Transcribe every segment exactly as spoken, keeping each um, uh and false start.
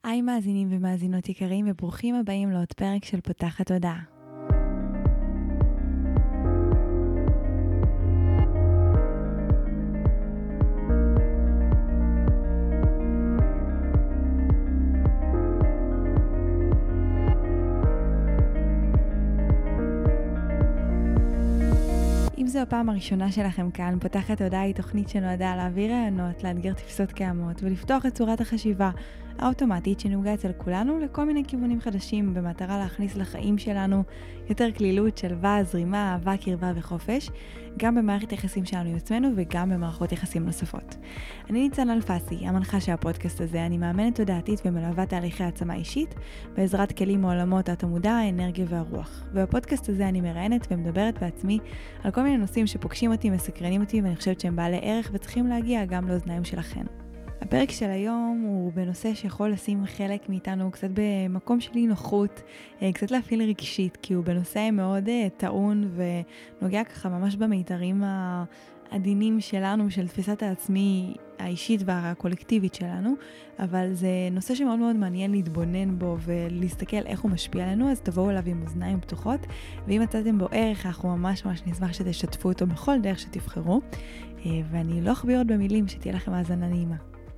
היי מאזינים ומאזינות יקרים וברוכים הבאים לעוד פרק של פותחת תודעה. אם זו הפעם הראשונה שלכם כאן, פותחת תודעה היא תוכנית שנועדה להעביר רעיונות, לאתגר תפיסות קיימות ולפתוח את צורת החשיבה האוטומטית שנהוגה אצל כולנו לכל מיני כיוונים חדשים במטרה להכניס לחיים שלנו יותר כלילות, שלווה, זרימה, אהבה, קרבה וחופש, גם במערכת יחסים שלנו עם עצמנו וגם במערכות יחסים נוספות. אני ניצן אלפסי, המנחה של הפודקאסט הזה. אני מאמנת תודעתית ומלווה תהליכי העצמה אישית בעזרת כלים מעולמות התמודע, האנרגיה והרוח. ובפודקאסט הזה אני מראיינת ומדברת בעצמי על כל מיני נושאים שפוגשים אותי, מסקרנים אותי ואני חושבת שהם בעלי ערך וצריכים להגיע גם לאוזניים שלכם. הפרק של היום הוא בנושא שיכול לשים חלק מאיתנו קצת במקום של אי נוחות, קצת להפעיל רגשית, כי הוא בנושא מאוד טעון ונוגע ככה ממש במיתרים העדינים שלנו, של תפיסת העצמי האישית והקולקטיבית שלנו, אבל זה נושא שמאוד מאוד מעניין להתבונן בו ולהסתכל איך הוא משפיע עלינו, אז תבואו אליו עם אוזניים פתוחות, ואם מצאתם בו ערך, אנחנו ממש ממש נשמח שתשתפו אותו בכל דרך שתבחרו, ואני לא אכביר עוד במילים, שתהיה לכם האזנה נעימה.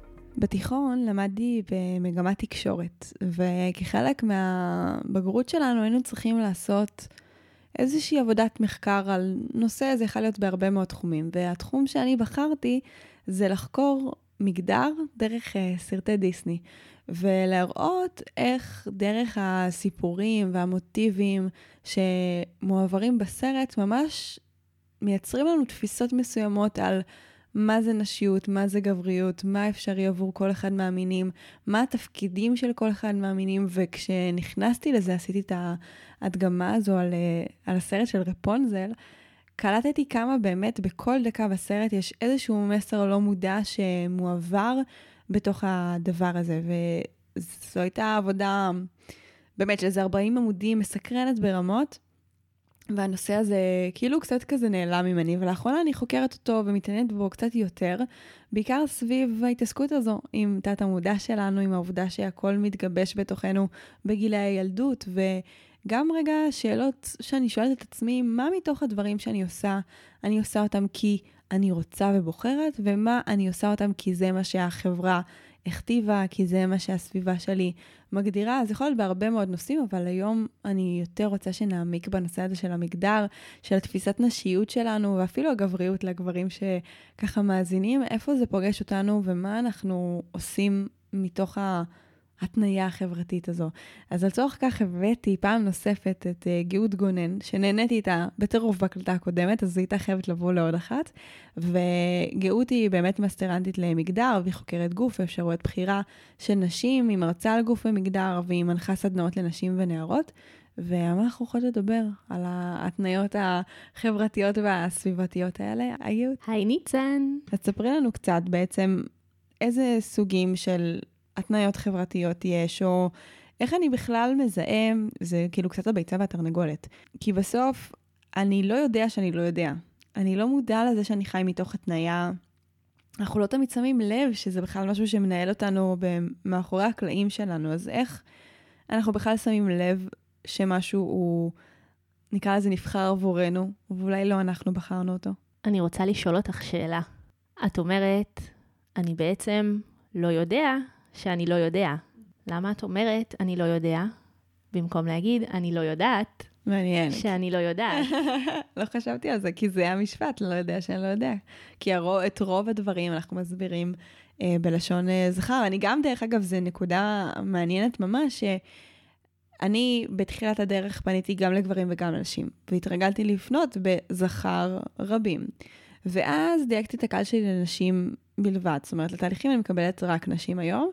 בתיכון למדתי במגמת תקשורת, וכחלק מהבגרות שלנו היינו צריכים לעשות איזושהי עבודת מחקר על נושא, זה יכול להיות בהרבה מאוד תחומים, והתחום שאני בחרתי זה לחקור מגדר דרך סרטי דיסני, ולהראות איך דרך הסיפורים והמוטיבים שמועברים בסרט ממש מייצרים לנו תפיסות מסוימות על מה זה נשיות, מה זה גבריות, מה אפשרי עבור כל אחד מהמינים, מה התפקידים של כל אחד מהמינים, וכשנכנסתי לזה, עשיתי את ההדגמה הזו על, על הסרט של רפונזל, קלטתי כמה באמת בכל דקה בסרט יש איזשהו מסר לא מודע שמועבר בתוך הדבר הזה, וזו הייתה עבודה באמת של איזה ארבעים עמודים מסקרנת ברמות, והנושא הזה כאילו קצת כזה נעלם ממני, ולאחרונה אני חוקרת אותו ומתעניינת בו קצת יותר, בעיקר סביב ההתעסקות הזו עם תת המודע שלנו, עם העובדה שהכל מתגבש בתוכנו בגילי הילדות, וגם רגע שאלות שאני שואלת את עצמי, מה מתוך הדברים שאני עושה, אני עושה אותם כי אני רוצה ובוחרת, ומה אני עושה אותם כי זה מה שהחברה הכתיבה, כי זה מה שהסביבה שלי מגדירה. זה יכול להיות בהרבה מאוד נושאים, אבל היום אני יותר רוצה שנעמיק בנושא הזה של המגדר, של התפיסת נשיות שלנו, ואפילו הגבריות לגברים שככה מאזינים, איפה זה פוגש אותנו, ומה אנחנו עושים מתוך ההתניה החברתית הזו. אז לצורך כך הבאתי פעם נוספת את גאות גונן, שנהניתי איתה בטירוף בהקלטה הקודמת, אז היא הייתה חייבת לבוא לעוד אחת, וגאות היא באמת מסטרנטית למגדר, והיא חוקרת גוף ואפשרויות בחירה של נשים, היא מרצה על גוף ומגדר, והיא מנחה סדנאות לנשים ונערות, ואנחנו יכולות לדבר על ההתניות החברתיות והסביבתיות האלה. היי גאות. היי ניצן. אז תספרי לנו קצת בעצם איזה סוגים של התניות חברתיות יש, או איך אני בכלל מזהה, זה כאילו קצת הביצה והתרנגולת. כי בסוף אני לא יודע שאני לא יודע. אני לא מודע לזה שאני חי מתוך התניה. אנחנו לא תמיד שמים לב שזה בכלל משהו שמנהל אותנו מאחורי הקלעים שלנו. אז איך אנחנו בכלל שמים לב שמשהו הוא, נקרא לזה נבחר עבורנו, ואולי לא אנחנו בחרנו אותו? אני רוצה לשאול אותך שאלה. את אומרת, אני בעצם לא יודע שאני לא יודע. למה את אומרת, אני לא יודע, במקום להגיד, אני לא יודעת, מעניינת. שאני לא יודעת. לא חשבתי על זה, כי זה המשפט, לא יודע שאני לא יודע. כי הרוב, את רוב הדברים אנחנו מסבירים אה, בלשון אה, זכר. אני גם, דרך אגב, זה נקודה מעניינת ממש, שאני בתחילת הדרך פניתי גם לגברים וגם לנשים, והתרגלתי לפנות בזכר רבים. ואז דייקתי את הקהל שלי לנשים בלבד, זאת אומרת, לתהליכים אני מקבלת רק נשים היום,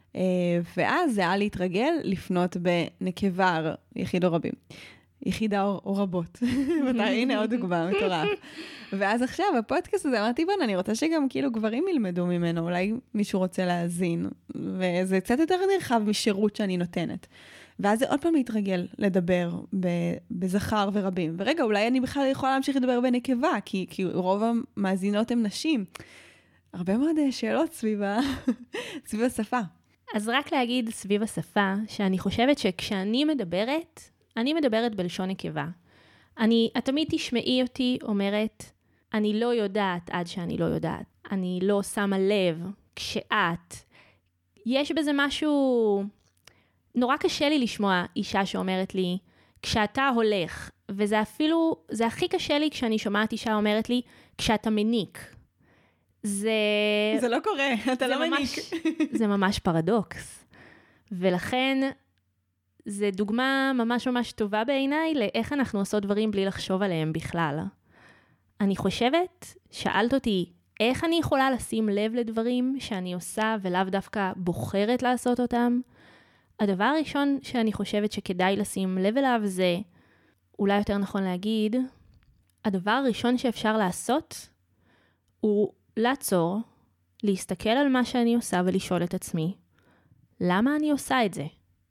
ואז זה היה להתרגל לפנות בנקבה יחיד או רבים. יחידה או, או רבות. הנה עוד דוגמה, מטורף. ואז עכשיו, הפודקאסט הזה, אמרתי, בוא, אני רוצה שגם כאילו גברים ילמדו ממנו, אולי מישהו רוצה להאזין, וזה קצת יותר נרחב משירות שאני נותנת. ואז זה עוד פעם להתרגל לדבר בזכר ורבים. ורגע, אולי אני בכלל יכולה להמשיך לדבר בנקבה, כי, כי רוב המאזינות הן נשים. הרבה מאוד שאלות סביב, סביב השפה. אז רק להגיד סביב השפה, שאני חושבת שכשאני מדברת, אני מדברת בלשון נקבה. אני, את תמיד תשמעי אותי אומרת, אני לא יודעת עד שאני לא יודעת. אני לא שמה לב כשאת. יש בזה משהו, נורא קשה לי לשמוע אישה שאומרת לי, כשאתה הולך, וזה אפילו, זה הכי קשה לי כשאני שומעת אישה אומרת לי, כשאתה מניק. זה... זה לא קורה, אתה לא מניק. זה ממש פרדוקס. ולכן, זה דוגמה ממש ממש טובה בעיניי, לאיך אנחנו עושות דברים בלי לחשוב עליהם בכלל. אני חושבת, שאלת אותי, איך אני יכולה לשים לב לדברים שאני עושה, ולאו דווקא בוחרת לעשות אותם? הדבר הראשון שאני חושבת שכדאי לשים לב אליו זה, אולי יותר נכון להגיד, הדבר הראשון שאפשר לעשות, הוא לעצור, להסתכל על מה שאני עושה ולשאול את עצמי, למה אני עושה את זה?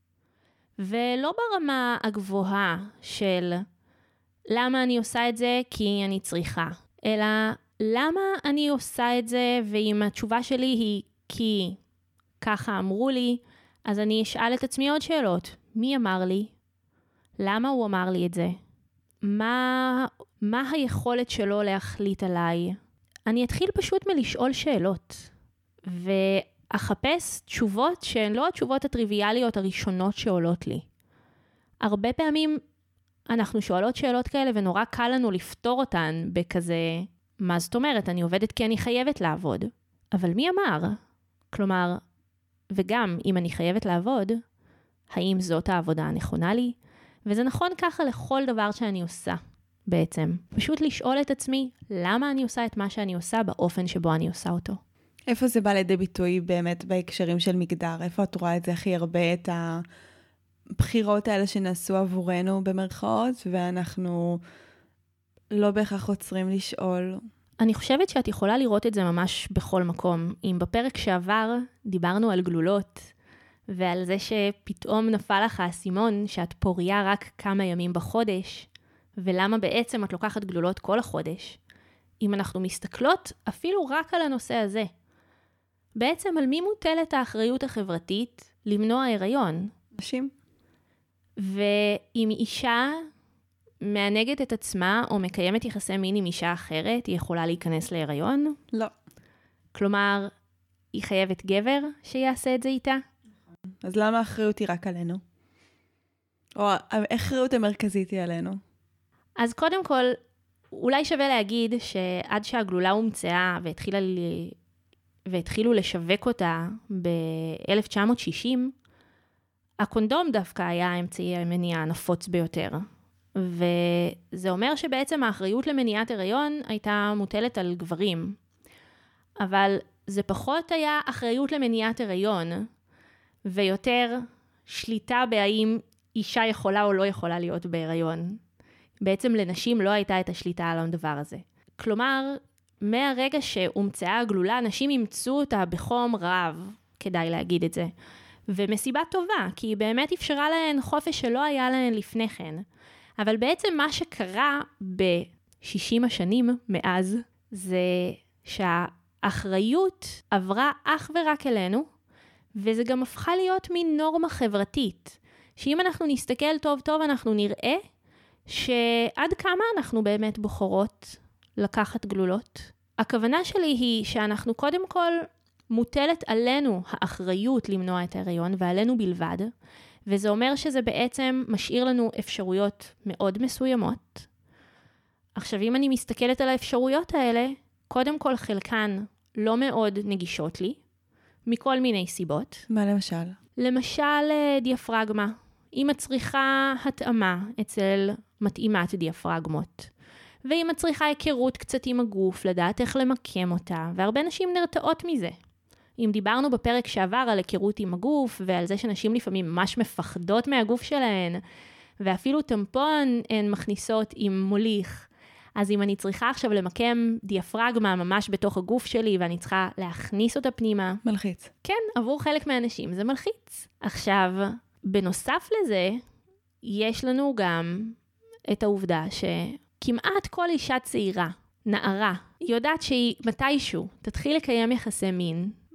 ולא ברמה הגבוהה של למה אני עושה את זה כי אני צריכה, אלא למה אני עושה את זה, ואם התשובה שלי היא כי ככה אמרו לי, אז אני אשאל את עצמי עוד שאלות. מי אמר לי? למה הוא אמר לי את זה? מה, מה היכולת שלו להחליט עליי? אני אתחיל פשוט מלשאול שאלות, ואחפש תשובות שהן לא התשובות הטריוויאליות הראשונות שעולות לי. הרבה פעמים אנחנו שואלות שאלות כאלה, ונורא קל לנו לפתור אותן בכזה, מה זאת אומרת? אני עובדת כי אני חייבת לעבוד. אבל מי אמר? כלומר, וגם אם אני חייבת לעבוד, האם זאת העבודה הנכונה לי? וזה נכון ככה לכל דבר שאני עושה בעצם. פשוט לשאול את עצמי, למה אני עושה את מה שאני עושה באופן שבו אני עושה אותו. איפה זה בא לידי ביטוי באמת בהקשרים של מגדר? איפה את רואה את זה הכי הרבה, את הבחירות האלה שנעשו עבורנו במרכאות, ואנחנו לא בהכרח עוצרים לשאול? אני חושבת שאת יכולה לראות את זה ממש בכל מקום. אם בפרק שעבר דיברנו על גלולות, ועל זה שפתאום נפל לך האסימון שאת פוריה רק כמה ימים בחודש, ולמה בעצם את לוקחת גלולות כל החודש. אם אנחנו מסתכלות אפילו רק על הנושא הזה, בעצם על מי מוטלת האחריות החברתית למנוע הריון? נשים. ואם אישה מענגת את עצמה או מקיימת יחסי מין עם אישה אחרת, היא יכולה להיכנס להיריון? לא. כלומר, היא חייבת גבר שיעשה את זה איתה? אז למה האחריות היא רק עלינו? או האחריות המרכזית היא עלינו? אז קודם כל, אולי שווה להגיד שעד שהגלולה הומצאה והתחילה ל... והתחילו לשווק אותה ב-אלף תשע מאות שישים, הקונדום דווקא היה האמצעי המניעה הנפוץ ביותר. וזה אומר שבעצם האחריות למניעת הריון הייתה מוטלת על גברים. אבל זה פחות היה אחריות למניעת הריון, ויותר שליטה בהאם אישה יכולה או לא יכולה להיות בהיריון. בעצם לנשים לא הייתה את השליטה על הדבר הזה. כלומר, מהרגע שהומצאה הגלולה, נשים אימצו אותה בחום רב, כדאי להגיד את זה. ומסיבה טובה, כי היא באמת אפשרה להן חופש שלא היה להן לפני כן. אבל בעצם מה שקרה ב-שישים השנים מאז, זה שהאחריות עברה אך ורק אלינו, וזה גם הפכה להיות מין נורמה חברתית, שאם אנחנו נסתכל טוב טוב, אנחנו נראה שעד כמה אנחנו באמת בוחרות לקחת גלולות. הכוונה שלי היא שאנחנו קודם כל מוטלת עלינו האחריות למנוע את ההיריון, ועלינו בלבד, וזה אומר שזה בעצם משאיר לנו אפשרויות מאוד מסוימות. עכשיו, אם אני מסתכלת על האפשרויות האלה, קודם כל חלקן לא מאוד נגישות לי, מכל מיני סיבות. מה למשל? למשל דיאפרגמה. היא מצריכה התאמה אצל מתאימת דיאפרגמות. והיא מצריכה היכרות קצת עם הגוף, לדעת איך למקם אותה, והרבה נשים נרתעות מזה. אם דיברנו בפרק שעבר על היכרות עם הגוף, ועל זה שנשים לפעמים ממש מפחדות מהגוף שלהן, ואפילו טמפון הן מכניסות עם מוליך, אז אם אני צריכה עכשיו למקם דיאפרגמה ממש בתוך הגוף שלי, ואני צריכה להכניס אותה פנימה. מלחיץ. כן, עבור חלק מהאנשים זה מלחיץ. עכשיו, בנוסף לזה, יש לנו גם את העובדה שכמעט כל אישה צעירה, נערה, היא יודעת שהיא מתישהו תתחיל לקיים יחסי מין,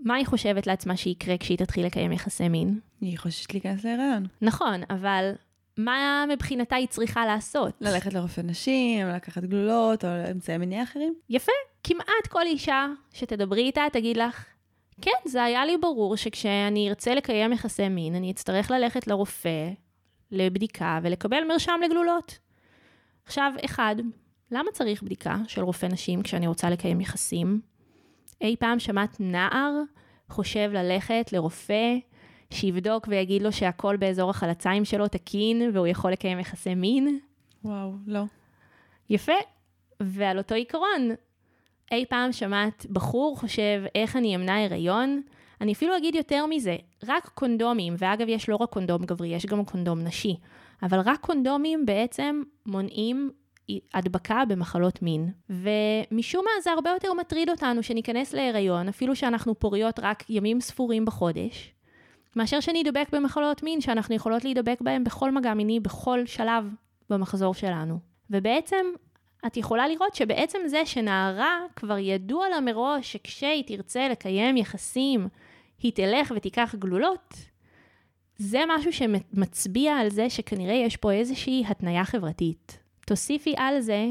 מה היא חושבת לעצמה שיקרה כשהיא תתחיל לקיים יחסי מין? היא חושבת להיכנס להיריון. נכון, אבל מה מבחינתה היא צריכה לעשות? ללכת לרופא נשים, לקחת גלולות או אמצעי מניעה אחרים. יפה. כמעט כל אישה שתדברי איתה תגיד לך, כן, זה היה לי ברור שכשאני ארצה לקיים יחסי מין, אני אצטרך ללכת לרופא, לבדיקה ולקבל מרשם לגלולות. עכשיו, אחד, למה צריך בדיקה של רופא נשים כשאני רוצה לקיים יחסים? אי פעם שמעת נער חושב ללכת לרופא שיבדוק ויגיד לו שהכל באזור החלציים שלו תקין והוא יכול לקיים יחסי מין? וואו, לא. יפה. ועל אותו עיקרון, אי פעם שמעת בחור חושב איך אני אמנע הריון? אני אפילו אגיד יותר מזה, רק קונדומים, ואגב יש לא רק קונדום גברי, יש גם קונדום נשי, אבל רק קונדומים בעצם מונעים הדבקה במחלות מין. ומשום מה זה הרבה יותר מטריד אותנו שניכנס להיריון, אפילו שאנחנו פוריות רק ימים ספורים בחודש, מאשר שנדבק במחלות מין, שאנחנו יכולות להידבק בהם בכל מגע מיני, בכל שלב במחזור שלנו. ובעצם את יכולה לראות שבעצם זה שנערה כבר ידוע לה מראש שכשהיא תרצה לקיים יחסים, היא תלך ותיקח גלולות, זה משהו שמצביע על זה שכנראה יש פה איזושהי התניה חברתית. תוסיפי על זה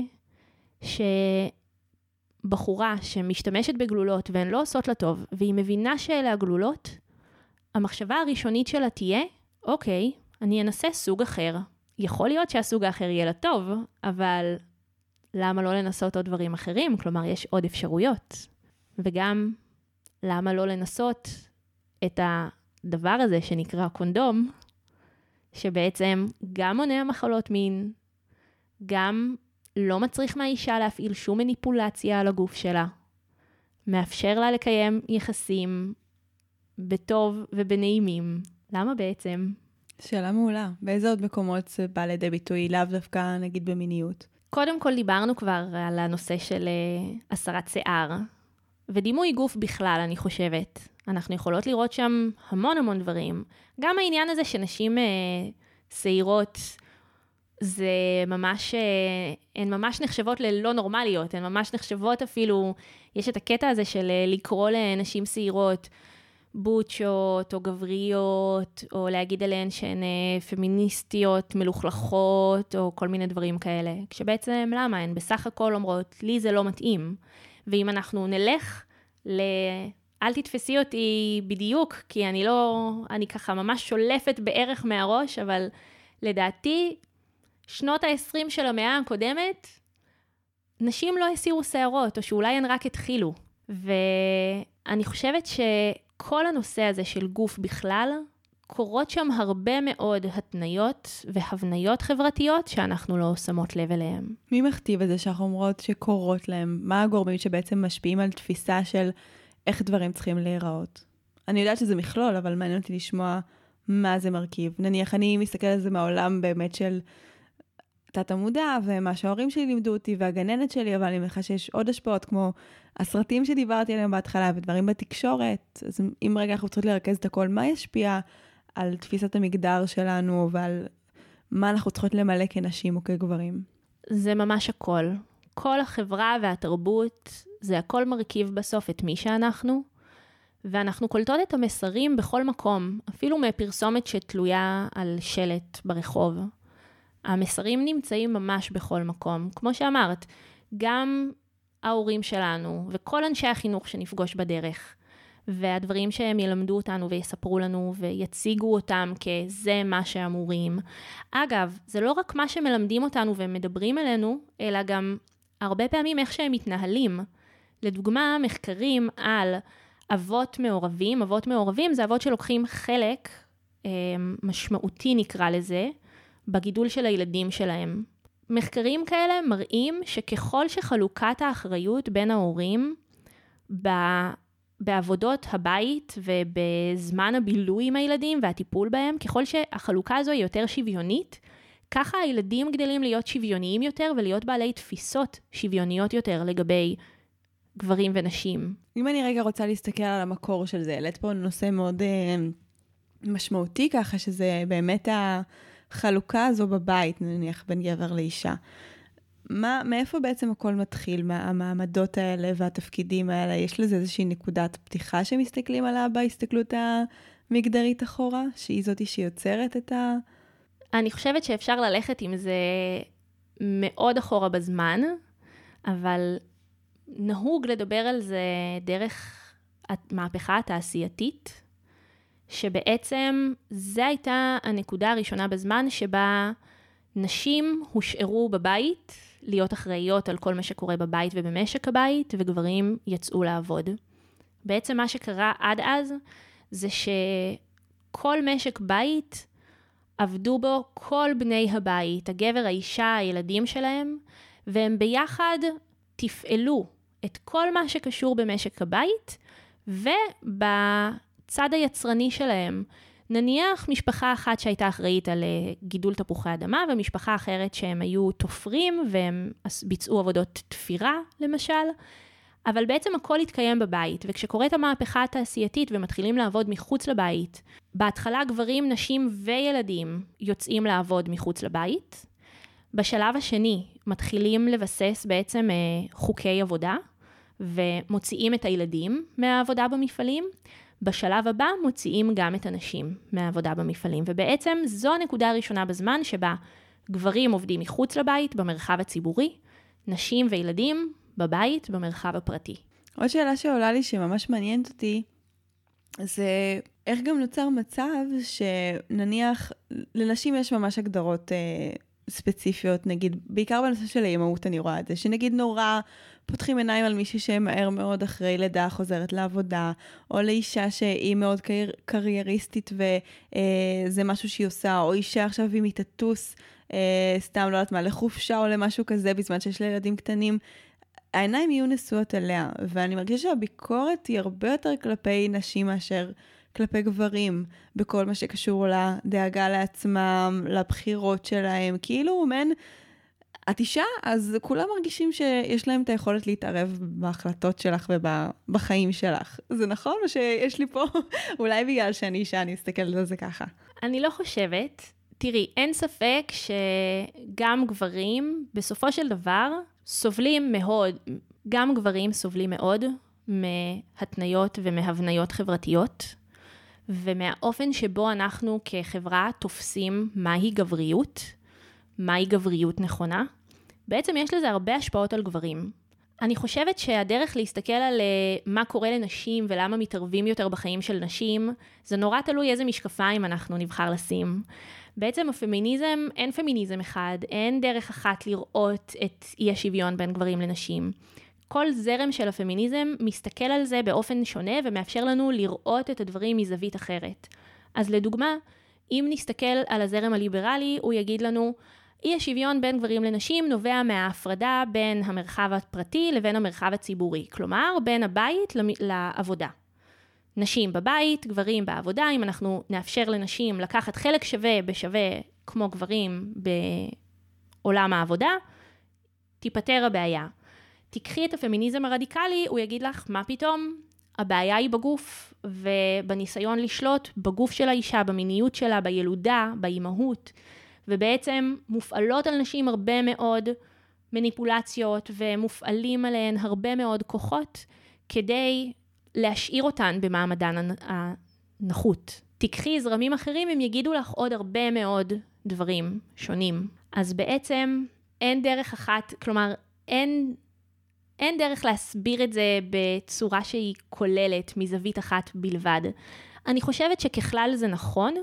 שבחורה שמשתמשת בגלולות והן לא עושות לה טוב, והיא מבינה שאלה הגלולות, המחשבה הראשונית שלה תהיה, אוקיי, אני אנסה סוג אחר. יכול להיות שהסוג האחר יהיה לה טוב, אבל למה לא לנסות עוד דברים אחרים? כלומר, יש עוד אפשרויות. וגם, למה לא לנסות את הדבר הזה שנקרא קונדום, שבעצם גם מונע מחלות מין, גם לא מצריך מהאישה להפעיל שום מניפולציה על הגוף שלה, מאפשר לה לקיים יחסים בטוב ובנעימים. למה בעצם? שאלה מעולה. באיזה עוד מקומות זה בא לידי ביטוי, לאו דווקא נגיד במיניות? קודם כל דיברנו כבר על הנושא של uh, הסרת שיער, ודימוי גוף בכלל, אני חושבת. אנחנו יכולות לראות שם המון המון דברים. גם העניין הזה שנשים uh, שעירות, זה ממש, uh, הן ממש נחשבות ללא נורמליות, הן ממש נחשבות אפילו, יש את הקטע הזה של uh, לקרוא לנשים שעירות, בוצ'ות או גבריות, או להגיד עליהן שהן פמיניסטיות, מלוכלכות, או כל מיני דברים כאלה. כשבעצם למה? הן בסך הכל אומרות, לי זה לא מתאים. ואם אנחנו נלך ל... אל תתפסי אותי בדיוק, כי אני לא, אני ככה ממש שולפת בערך מהראש, אבל לדעתי, שנות ה-עשרים של המאה הקודמת, נשים לא הסירו שערות, או שאולי הן רק התחילו. ואני חושבת ש... כל הנושא הזה של גוף בכלל, קורות שם הרבה מאוד התניות והבניות חברתיות שאנחנו לא שמות לב אליהם. מי מכתיב את זה שאנחנו אומרות שקורות להם? מה הגורמים שבעצם משפיעים על תפיסה של איך דברים צריכים להיראות? אני יודעת שזה מכלול, אבל מעניין אותי לשמוע מה זה מרכיב. נניח, אני מסתכל על זה מהעולם באמת של תת המודע, ומה שההורים שלי לימדו אותי, והגננת שלי, אבל אני מניחה שיש עוד השפעות, כמו הסרטים שדיברתי עליהם בהתחלה, ודברים בתקשורת. אז אם רגע אנחנו צריכים לרכז את הכל, מה ישפיע על תפיסת המגדר שלנו, ועל מה אנחנו צריכות למלא כנשים או כגברים? זה ממש הכל. כל החברה והתרבות, זה הכל מרכיב בסוף את מי שאנחנו, ואנחנו קולטות את המסרים בכל מקום, אפילו מפרסומת שתלויה על שלט ברחוב. המסרים נמצאים ממש בכל מקום. כמו שאמרת, גם ההורים שלנו וכל אנשי החינוך שנפגוש בדרך, והדברים שהם ילמדו אותנו ויספרו לנו ויציגו אותם כזה מה שאמורים. אגב, זה לא רק מה שמלמדים אותנו ומדברים אלינו, אלא גם הרבה פעמים איך שהם מתנהלים. לדוגמה, מחקרים על אבות מעורבים. אבות מעורבים זה אבות שלוקחים חלק אה, משמעותי נקרא לזה, בגידול של הילדים שלהם. מחקרים כאלה מראים שככל שחלוקת האחריות בין ההורים בעבודות הבית ובזמן הבילוי עם הילדים והטיפול בהם, ככל שהחלוקה הזו היא יותר שוויונית, ככה הילדים גדלים להיות שוויוניים יותר ולהיות בעלי תפיסות שוויוניות יותר לגבי גברים ונשים. אם אני רגע רוצה להסתכל על המקור של זה, העלית פה נושא מאוד uh, משמעותי ככה, שזה באמת החלוקה הזו בבית, נניח בין גבר לאישה. מה, מאיפה בעצם הכל מתחיל? מה, המעמדות האלה והתפקידים האלה? יש לזה איזושהי נקודת פתיחה שמסתכלים עליה בהסתכלות המגדרית אחורה? שהיא זאתי שיוצרת את ה... אני חושבת שאפשר ללכת עם זה מאוד אחורה בזמן, אבל נהוג לדבר על זה דרך המהפכה התעשייתית, שבעצם זו הייתה הנקודה הראשונה בזמן שבה נשים הושארו בבית, להיות אחראיות על כל מה שקורה בבית ובמשק הבית, וגברים יצאו לעבוד. בעצם מה שקרה עד אז, זה שכל משק בית עבדו בו כל בני הבית, הגבר, האישה, הילדים שלהם, והם ביחד תפעלו את כל מה שקשור במשק הבית, ובצד היצרני שלהם, נניח משפחה אחת שהייתה אחראית על גידול תפוחי אדמה, ומשפחה אחרת שהם היו תופרים, והם ביצעו עבודות תפירה, למשל, אבל בעצם הכל התקיים בבית, וכשקורית המהפכה התעשייתית ומתחילים לעבוד מחוץ לבית, בהתחלה גברים, נשים וילדים יוצאים לעבוד מחוץ לבית, בשלב השני מתחילים לבסס בעצם חוקי עבודה, ומוציאים את הילדים מהעבודה במפעלים, בשלב הבא מוציאים גם את הנשים מהעבודה במפעלים, ובעצם זו הנקודה הראשונה בזמן שבה גברים עובדים מחוץ לבית במרחב הציבורי, נשים וילדים בבית במרחב הפרטי. עוד שאלה שעולה לי שממש מעניינת אותי, זה איך גם נוצר מצב שנניח לנשים יש ממש הגדרות אה, ספציפיות, נגיד, בעיקר בנושא של האימהות אני רואה את זה, שנגיד נורא פותחים עיניים על מישהי שמהר מאוד אחרי לידה חוזרת לעבודה, או לאישה שהיא מאוד קר... קרייריסטית וזה משהו שהיא עושה, או אישה עכשיו היא מתעטוס, אה, סתם לא יודעת מה, לחופשה או למשהו כזה, בזמן שיש לה ילדים קטנים, העיניים יהיו נשואות עליה, ואני מרגישה שהביקורת היא הרבה יותר כלפי נשים מאשר כלפי גברים, בכל מה שקשור לדאגה לעצמם, לבחירות שלהם, כאילו, מן, את אישה, אז כולם מרגישים שיש להם את היכולת להתערב בהחלטות שלך ובחיים שלך. זה נכון? או שיש לי פה, אולי בגלל שאני אישה, אני אסתכלת על זה ככה. אני לא חושבת. תראי, אין ספק שגם גברים, בסופו של דבר, סובלים מאוד, גם גברים סובלים מאוד מהתניות ומהבניות חברתיות, ומהאופן שבו אנחנו כחברה תופסים מהי גבריות, מהי גבריות נכונה. בעצם יש לזה הרבה השפעות על גברים. אני חושבת שהדרך להסתכל על מה קורה לנשים ולמה מתערבים יותר בחיים של נשים, זה נורא תלוי איזה משקפיים אנחנו נבחר לשים. בעצם הפמיניזם, אין פמיניזם אחד, אין דרך אחת לראות את אי השוויון בין גברים לנשים. כל זרם של הפמיניזם מסתכל על זה באופן שונה ומאפשר לנו לראות את הדברים מזווית אחרת. אז לדוגמה, אם נסתכל על הזרם הליברלי, הוא יגיד לנו, אי השוויון בין גברים לנשים נובע מההפרדה בין המרחב הפרטי לבין המרחב הציבורי, כלומר בין הבית לעבודה. נשים בבית, גברים בעבודה, אם אנחנו נאפשר לנשים לקחת חלק שווה בשווה כמו גברים בעולם העבודה, תיפטר הבעיה. תקחי את הפמיניזם הרדיקלי, הוא יגיד לך, מה פתאום? הבעיה היא בגוף, ובניסיון לשלוט בגוף של האישה, במיניות שלה, בילודה, באימהות, ובעצם מופעלות על נשים הרבה מאוד מניפולציות, ומופעלים עליהן הרבה מאוד כוחות, כדי להשאיר אותן במעמדן הנחות. תקחי זרמים אחרים, הם יגידו לך עוד הרבה מאוד דברים שונים. אז בעצם אין דרך אחת, כלומר, אין, אין דרך להסביר את זה בצורה שהיא כוללת מזווית אחת בלבד. אני חושבת שככלל זה נכון,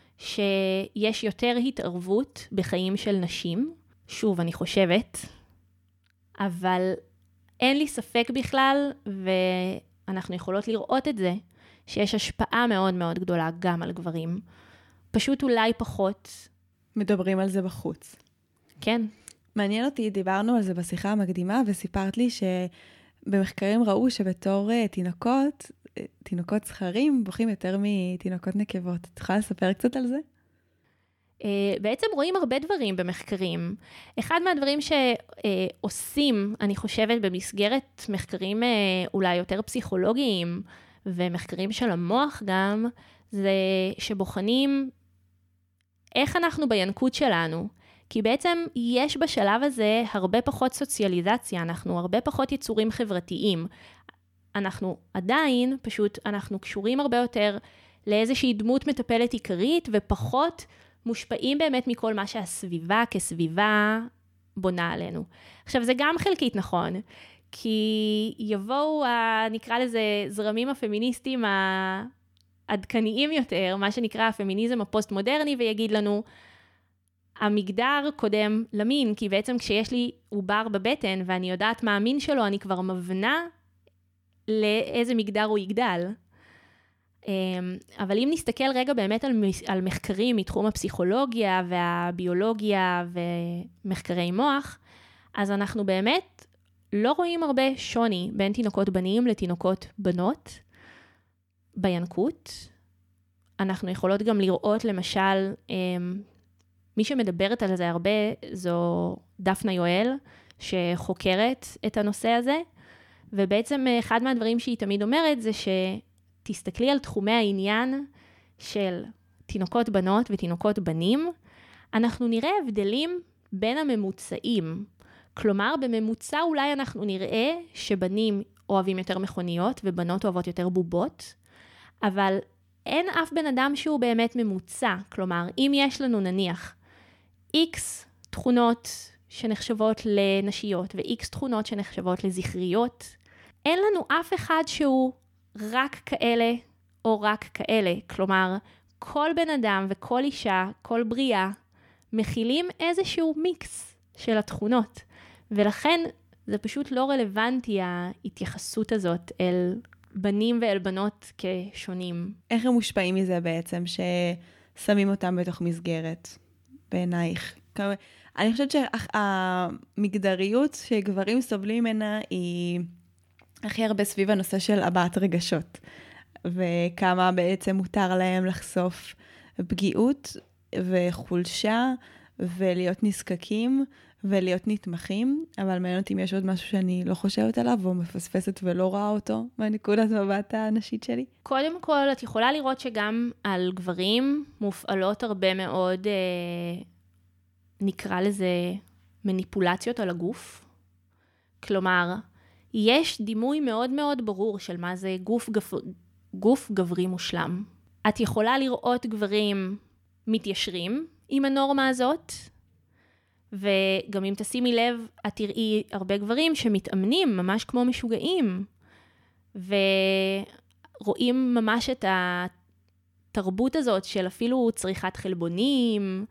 שיש יותר התערבות בחיים של נשים. שוב, אני חושבת, אבל אין לי ספק בכלל, ואנחנו יכולות לראות את זה, שיש השפעה מאוד מאוד גדולה גם על גברים. פשוט אולי פחות. מדברים על זה בחוץ. כן. מעניין אותי, דיברנו על זה בשיחה המקדימה, וסיפרת לי שבמחקרים ראו שבתור uh, תינוקות, uh, תינוקות זכרים בוכים יותר מתינוקות נקבות. את יכולה לספר קצת על זה? Uh, בעצם רואים הרבה דברים במחקרים. אחד מהדברים שעושים, uh, אני חושבת, במסגרת מחקרים uh, אולי יותר פסיכולוגיים, ומחקרים של המוח גם, זה שבוחנים איך אנחנו בינקות שלנו, כי בעצם יש בשלב הזה הרבה פחות סוציאליזציה, אנחנו הרבה פחות יצורים חברתיים. אנחנו עדיין, פשוט אנחנו קשורים הרבה יותר לאיזושהי דמות מטפלת עיקרית, ופחות מושפעים באמת מכל מה שהסביבה כסביבה בונה עלינו. עכשיו, זה גם חלקית נכון, כי יבואו, נקרא לזה, זרמים הפמיניסטיים העדכניים יותר, מה שנקרא הפמיניזם הפוסט-מודרני, ויגיד לנו, המגדר קודם למין, כי בעצם כשיש לי עובר בבטן, ואני יודעת מה המין שלו, אני כבר מבנה לאיזה מגדר הוא יגדל. אבל אם נסתכל רגע באמת על, על מחקרים מתחום הפסיכולוגיה והביולוגיה ומחקרי מוח, אז אנחנו באמת לא רואים הרבה שוני בין תינוקות בנים לתינוקות בנות בינקות. אנחנו יכולות גם לראות למשל, מי שמדברת על זה הרבה זו דפנה יואל, שחוקרת את הנושא הזה, ובעצם אחד מהדברים שהיא תמיד אומרת זה שתסתכלי על תחומי העניין של תינוקות בנות ותינוקות בנים, אנחנו נראה הבדלים בין הממוצעים. כלומר, בממוצע אולי אנחנו נראה שבנים אוהבים יותר מכוניות ובנות אוהבות יותר בובות, אבל אין אף בן אדם שהוא באמת ממוצע. כלומר, אם יש לנו נניח X תכונות שנחשבות לנשיות ו-X תכונות שנחשבות לזכריות, אין לנו אף אחד שהוא רק כאלה או רק כאלה. כלומר, כל בן אדם וכל אישה, כל בריאה, מכילים איזשהו מיקס של התכונות. ולכן זה פשוט לא רלוונטי ההתייחסות הזאת אל בנים ואל בנות כשונים. איך הם מושפעים מזה בעצם ששמים אותם בתוך מסגרת בעינייך? אני חושבת שהמגדריות שגברים סובלים ממנה היא הכי הרבה סביב הנושא של הבעת רגשות, וכמה בעצם מותר להם לחשוף פגיעות וחולשה ולהיות נזקקים ולהיות נתמכים, אבל מעניין אותי אם יש עוד משהו שאני לא חושבת עליו או מפספסת ולא רואה אותו מהנקודת מבט הנשית שלי. קודם כל, את יכולה לראות שגם על גברים מופעלות הרבה מאוד, אה, נקרא לזה מניפולציות על הגוף. כלומר, יש דימוי מאוד מאוד ברור של מה זה גוף, גף, גוף גברי מושלם. את יכולה לראות גברים מתיישרים עם הנורמה הזאת, וגם אם תשימי לב, את תראי הרבה גברים שמתאמנים ממש כמו משוגעים, ורואים ממש את התרבות הזאת של אפילו צריכת חלבונים,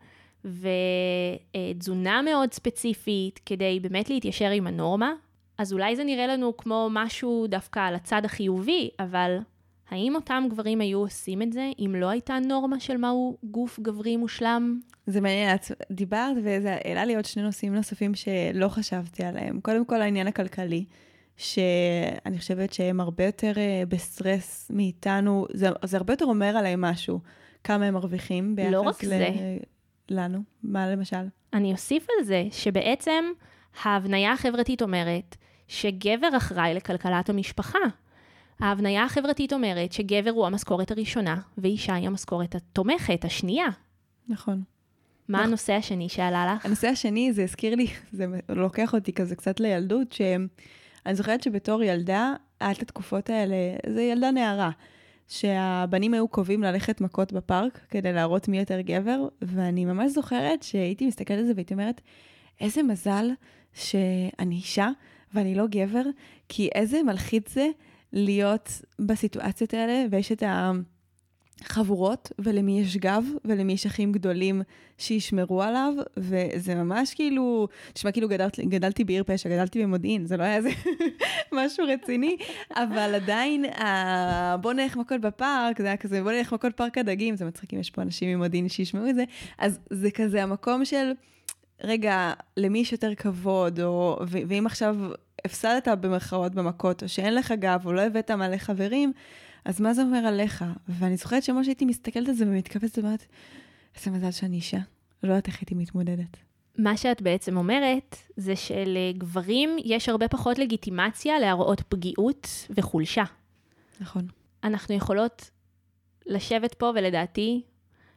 ותזונה מאוד ספציפית, כדי באמת להתיישר עם הנורמה. אז אולי זה נראה לנו כמו משהו דווקא על הצד החיובי, אבל האם אותם גברים היו עושים את זה, אם לא הייתה נורמה של מהו גוף גברי מושלם? זה מעניין, את דיברת וזה העלה לי עוד שני נושאים נוספים שלא חשבתי עליהם. קודם כל העניין הכלכלי, שאני חושבת שהם הרבה יותר בסטרס מאיתנו, זה, זה הרבה יותר אומר עליהם משהו, כמה הם מרוויחים ביחס לא רק ל... זה. לנו. מה למשל? אני אוסיף על זה שבעצם ההבניה החברתית אומרת שגבר אחראי לכלכלת המשפחה. ההבניה החברתית אומרת שגבר הוא המשכורת הראשונה, ואישה היא המשכורת התומכת, השנייה. נכון. מה נכון. הנושא השני שעלה לך? הנושא השני, זה הזכיר לי, זה לוקח אותי כזה קצת לילדות, שאני זוכרת שבתור ילדה, עד התקופות האלה, זה ילדה נערה, שהבנים היו קובעים ללכת מכות בפארק, כדי להראות מי יותר גבר, ואני ממש זוכרת שהייתי מסתכלת על זה, והייתי אומרת, איזה מזל שאני אישה, ואני לא גבר, כי איזה מלחיץ זה, להיות בסיטואציות האלה, ויש את החבורות, ולמי יש גב, ולמי יש אחים גדולים שישמרו עליו, וזה ממש כאילו, תשמע, כאילו גדלת, גדלתי בעיר פשע, גדלתי במודיעין, זה לא היה איזה משהו רציני, אבל עדיין, בוא נלך מכות בפארק, זה היה כזה, בוא נלך מכות פארק הדגים, זה מצחיק אם יש פה אנשים ממודיעין שישמעו את זה, אז זה כזה המקום של, רגע, למי יש יותר כבוד, או, ו- ואם עכשיו הפסדת במרכאות במכות, או שאין לך גב, או לא הבאת מלא חברים, אז מה זה אומר עליך? ואני זוכרת שמה שהייתי מסתכלת על זה ומתכווצת ואומרת, איזה מזל שאני אישה, לא יודעת איך הייתי מתמודדת. מה שאת בעצם אומרת, זה שלגברים יש הרבה פחות לגיטימציה להראות פגיעות וחולשה. נכון. אנחנו יכולות לשבת פה ולדעתי,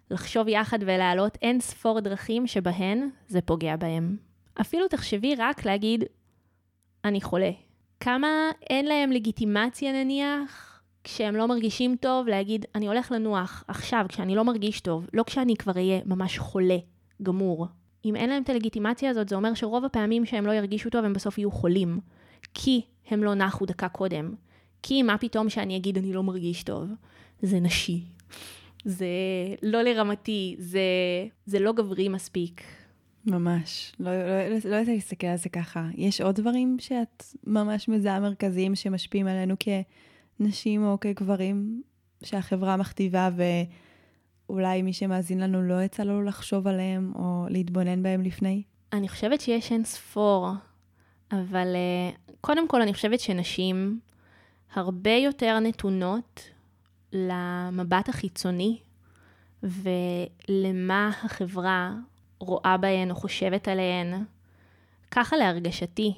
לחשוב יחד ולהעלות אין ספור דרכים שבהן זה פוגע בהם. אפילו תחשבי רק להגיד, אני חולה. כמה אין להם לגיטימציה נניח, כשהם לא מרגישים טוב, להגיד, אני הולך לנוח עכשיו, כשאני לא מרגיש טוב, לא כשאני כבר אהיה ממש חולה, גמור. אם אין להם את הלגיטימציה הזאת, זה אומר שרוב הפעמים שהם לא ירגישו טוב, הם בסוף יהיו חולים. כי הם לא נחו דקה קודם. כי מה פתאום שאני אגיד, אני לא מרגיש טוב? זה נשי. זה לא לרמתי, זה, זה לא גברי מספיק. ממש. לא, לא, לא, לא יודעת להסתכל על זה ככה. יש עוד דברים שאת ממש מזהה מרכזיים שמשפיעים עלינו כנשים או כגברים שהחברה מכתיבה ואולי מי שמאזין לנו לא יצא לו לחשוב עליהם או להתבונן בהם לפני? אני חושבת שיש אין ספור, אבל קודם כל אני חושבת שנשים הרבה יותר נתונות למבט החיצוני ולמה החברה רואה בהן או חושבת עליהן. ככה להרגשתי.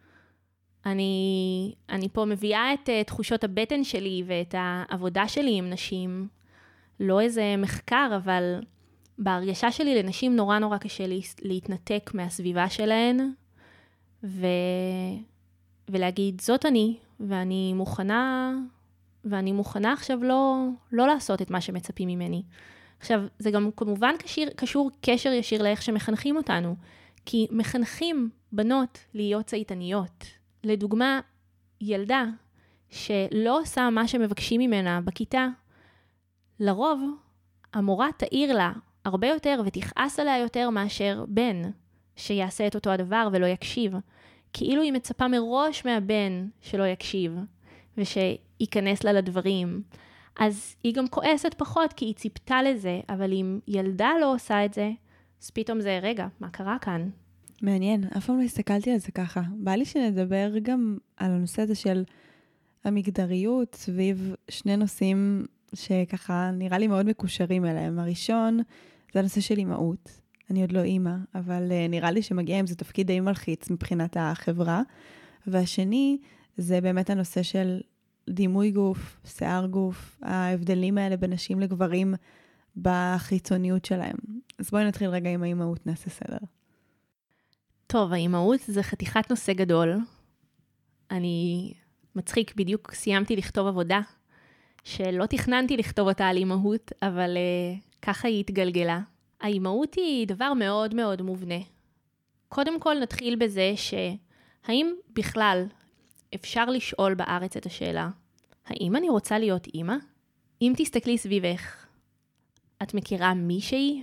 אני, אני פה מביאה את uh, תחושות הבטן שלי ואת העבודה שלי עם נשים. לא איזה מחקר, אבל בהרגשה שלי לנשים נורא נורא קשה לה, להתנתק מהסביבה שלהן ו, ולהגיד זאת אני ואני מוכנה ואני מוכנה עכשיו לא, לא לעשות את מה שמצפים ממני. עכשיו, זה גם כמובן קשיר, קשור קשר ישיר לאיך שמחנכים אותנו, כי מחנכים בנות להיות צייתניות. לדוגמה, ילדה שלא עושה מה שמבקשים ממנה בכיתה, לרוב המורה תעיר לה הרבה יותר ותכעס עליה יותר מאשר בן שיעשה את אותו הדבר ולא יקשיב. כאילו היא מצפה מראש מהבן שלא יקשיב ושייכנס לה לדברים. אז היא גם כועסת פחות כי היא ציפתה לזה, אבל אם ילדה לא עושה את זה, אז פתאום זה, רגע, מה קרה כאן? מעניין, אף פעם לא הסתכלתי על זה ככה. בא לי שנדבר גם על הנושא הזה של המגדריות סביב שני נושאים שככה נראה לי מאוד מקושרים אליהם. הראשון זה הנושא של אימהות. אני עוד לא אימא, אבל נראה לי שמגיע עם זה תפקיד די מלחיץ מבחינת החברה. והשני זה באמת הנושא של דימוי גוף, שיער גוף, ההבדלים האלה בין נשים לגברים בחיצוניות שלהם. אז בואי נתחיל רגע עם האימהות, נעשה סדר. טוב, האימהות זה חתיכת נושא גדול. אני מצחיק, בדיוק סיימתי לכתוב עבודה, שלא תכננתי לכתוב אותה על אימהות, אבל uh, ככה היא התגלגלה. האימהות היא דבר מאוד מאוד מובנה. קודם כל נתחיל בזה שהאם בכלל אפשר לשאול בארץ את השאלה, האם אני רוצה להיות אימא? אם תסתכלי סביבך, את מכירה מישהי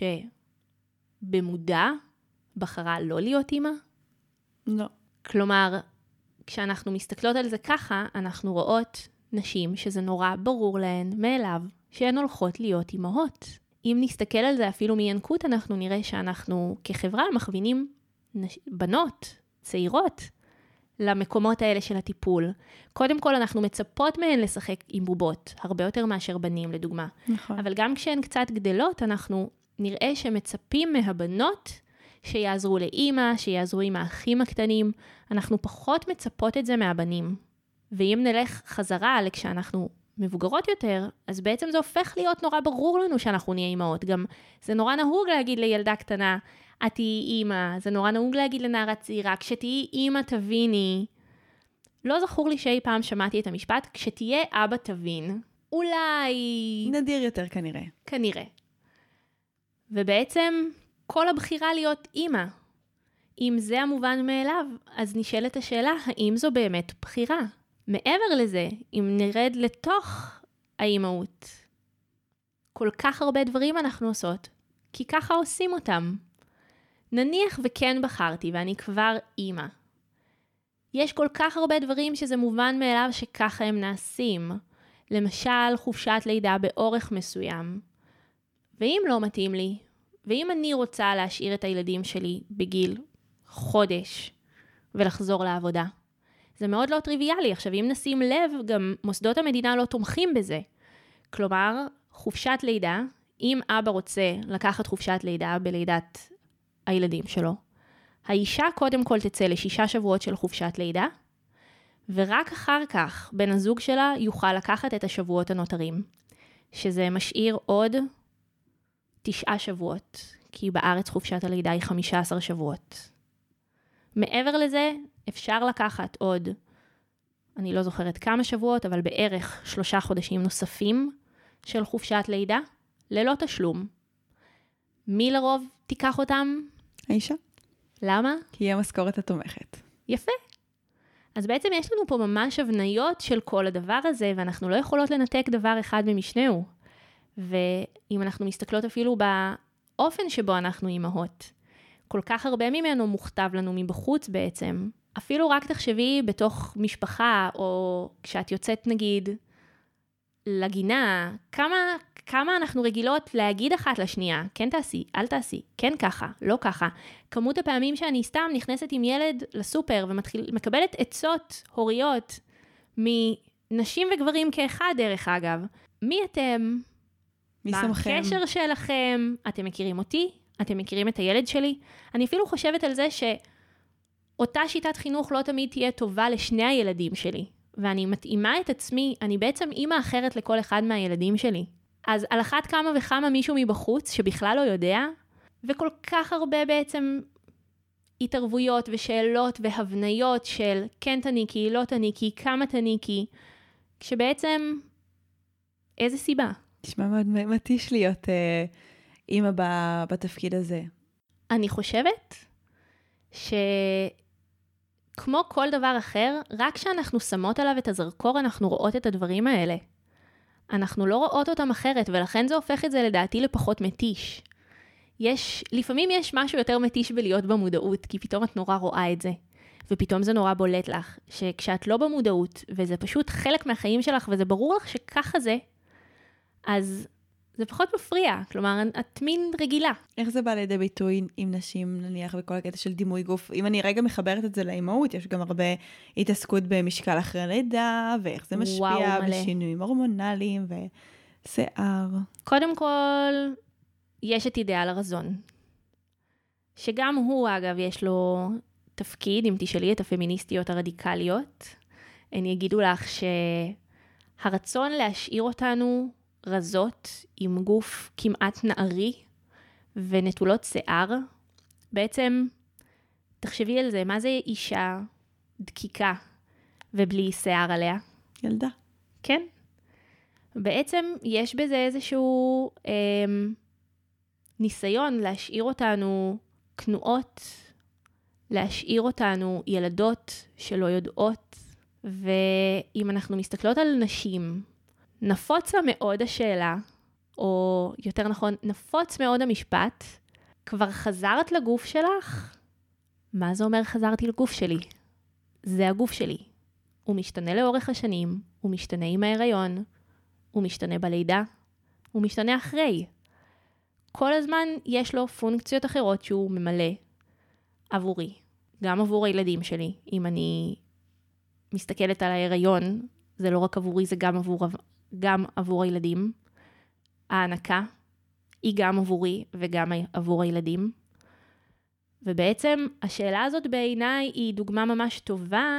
שבמודע בחרה לא להיות אימא? לא. כלומר, כשאנחנו מסתכלות על זה ככה, אנחנו רואות נשים שזה נורא ברור להן מאליו, שהן הולכות להיות אימהות. אם נסתכל על זה אפילו מינקות, אנחנו נראה שאנחנו כחברה מכווינים נש... בנות, צעירות, למקומות האלה של הטיפול. קודם כל אנחנו מצפות מהן לשחק עם בובות, הרבה יותר מאשר בנים לדוגמה. נכון. אבל גם כשהן קצת גדלות, אנחנו נראה שמצפים מהבנות שיעזרו לאמא, שיעזרו עם האחים הקטנים. אנחנו פחות מצפות את זה מהבנים. ואם נלך חזרה לכשאנחנו מבוגרות יותר, אז בעצם זה הופך להיות נורא ברור לנו שאנחנו נהיה אימהות. גם זה נורא נהוג להגיד לילדה קטנה, את תהיי אימא, זה נורא נהוג להגיד לנערה צעירה, כשתהיי אימא תביני. לא זכור לי שאי פעם שמעתי את המשפט, כשתהיה אבא תבין, אולי... נדיר יותר כנראה. כנראה. ובעצם כל הבחירה להיות אימא, אם זה המובן מאליו, אז נשאלת השאלה, האם זו באמת בחירה? מעבר לזה, אם נרד לתוך האימהות, כל כך הרבה דברים אנחנו עושות, כי ככה עושים אותם. נניח וכן בחרתי ואני כבר אימא. יש כל כך הרבה דברים שזה מובן מאליו שככה הם נעשים. למשל, חופשת לידה באורך מסוים. ואם לא מתאים לי, ואם אני רוצה להשאיר את הילדים שלי בגיל חודש ולחזור לעבודה, זה מאוד לא טריוויאלי. עכשיו, אם נשים לב, גם מוסדות המדינה לא תומכים בזה. כלומר, חופשת לידה, אם אבא רוצה לקחת חופשת לידה בלידת הילדים שלו, האישה קודם כל תצא לשישה שבועות של חופשת לידה, ורק אחר כך בן הזוג שלה יוכל לקחת את השבועות הנותרים, שזה משאיר עוד תשעה שבועות, כי בארץ חופשת הלידה היא חמישה עשר שבועות. מעבר לזה, אפשר לקחת עוד, אני לא זוכרת כמה שבועות, אבל בערך שלושה חודשים נוספים של חופשת לידה, ללא תשלום. מי לרוב תיקח אותם? האישה. למה? כי היא המשכורת התומכת. יפה. אז בעצם יש לנו פה ממש הבניות של כל הדבר הזה, ואנחנו לא יכולות לנתק דבר אחד ממשנהו. ואם אנחנו מסתכלות אפילו באופן שבו אנחנו אימהות, כל כך הרבה ממנו מוכתב לנו מבחוץ בעצם. אפילו רק תחשבי בתוך משפחה, או כשאת יוצאת נגיד לגינה, כמה, כמה אנחנו רגילות להגיד אחת לשנייה, כן תעשי, אל תעשי, כן ככה, לא ככה. כמות הפעמים שאני סתם נכנסת עם ילד לסופר, ומקבלת עצות הוריות מנשים וגברים כאחד דרך אגב. מי אתם? מי שמכם? מה הקשר שלכם? אתם מכירים אותי? אתם מכירים את הילד שלי? אני אפילו חושבת על זה שאותה שיטת חינוך לא תמיד תהיה טובה לשני הילדים שלי. ואני מתאימה את עצמי, אני בעצם אימא אחרת לכל אחד מהילדים שלי. אז על אחת כמה וכמה מישהו מבחוץ שבכלל לא יודע, וכל כך הרבה בעצם התערבויות ושאלות והבניות של כן תניקי, לא תניקי, כמה תניקי, כשבעצם איזה סיבה? נשמע מאוד מתיש להיות אה, אימא בתפקיד הזה. אני חושבת שכמו כל דבר אחר, רק כשאנחנו שמות עליו את הזרקור, אנחנו רואות את הדברים האלה. אנחנו לא רואות אותם אחרת, ולכן זה הופך את זה לדעתי לפחות מתיש. יש, לפעמים יש משהו יותר מתיש בלהיות במודעות, כי פתאום את נורא רואה את זה, ופתאום זה נורא בולט לך, שכשאת לא במודעות, וזה פשוט חלק מהחיים שלך, וזה ברור לך שככה זה, אז זה פחות מפריע, כלומר, את מין רגילה. איך זה בא לידי ביטוי עם נשים, נניח, בכל הקטע של דימוי גוף? אם אני רגע מחברת את זה לאימהות, יש גם הרבה התעסקות במשקל אחרי לידה, ואיך זה משפיע בשינויים הורמונליים ושיער. קודם כל, יש את אידאל הרזון, שגם הוא, אגב, יש לו תפקיד, אם תשאלי את הפמיניסטיות הרדיקליות, הן יגידו לך שהרצון להשאיר אותנו רזות עם גוף כמעט נערי ונטולות שיער. בעצם, תחשבי על זה, מה זה אישה דקיקה ובלי שיער עליה? ילדה. כן. בעצם יש בזה איזשהו אה, ניסיון להשאיר אותנו כנועות, להשאיר אותנו ילדות שלא יודעות, ואם אנחנו מסתכלות על נשים, נפוצה מאוד השאלה, או יותר נכון, נפוץ מאוד המשפט, כבר חזרת לגוף שלך? מה זה אומר חזרתי לגוף שלי? זה הגוף שלי. הוא משתנה לאורך השנים, הוא משתנה עם ההיריון, הוא משתנה בלידה, הוא משתנה אחרי. כל הזמן יש לו פונקציות אחרות שהוא ממלא עבורי, גם עבור הילדים שלי. אם אני מסתכלת על ההיריון, זה לא רק עבורי, זה גם עבור, גם עבור הילדים. ההנקה היא גם עבורי וגם עבור הילדים. ובעצם השאלה הזאת בעיניי היא דוגמה ממש טובה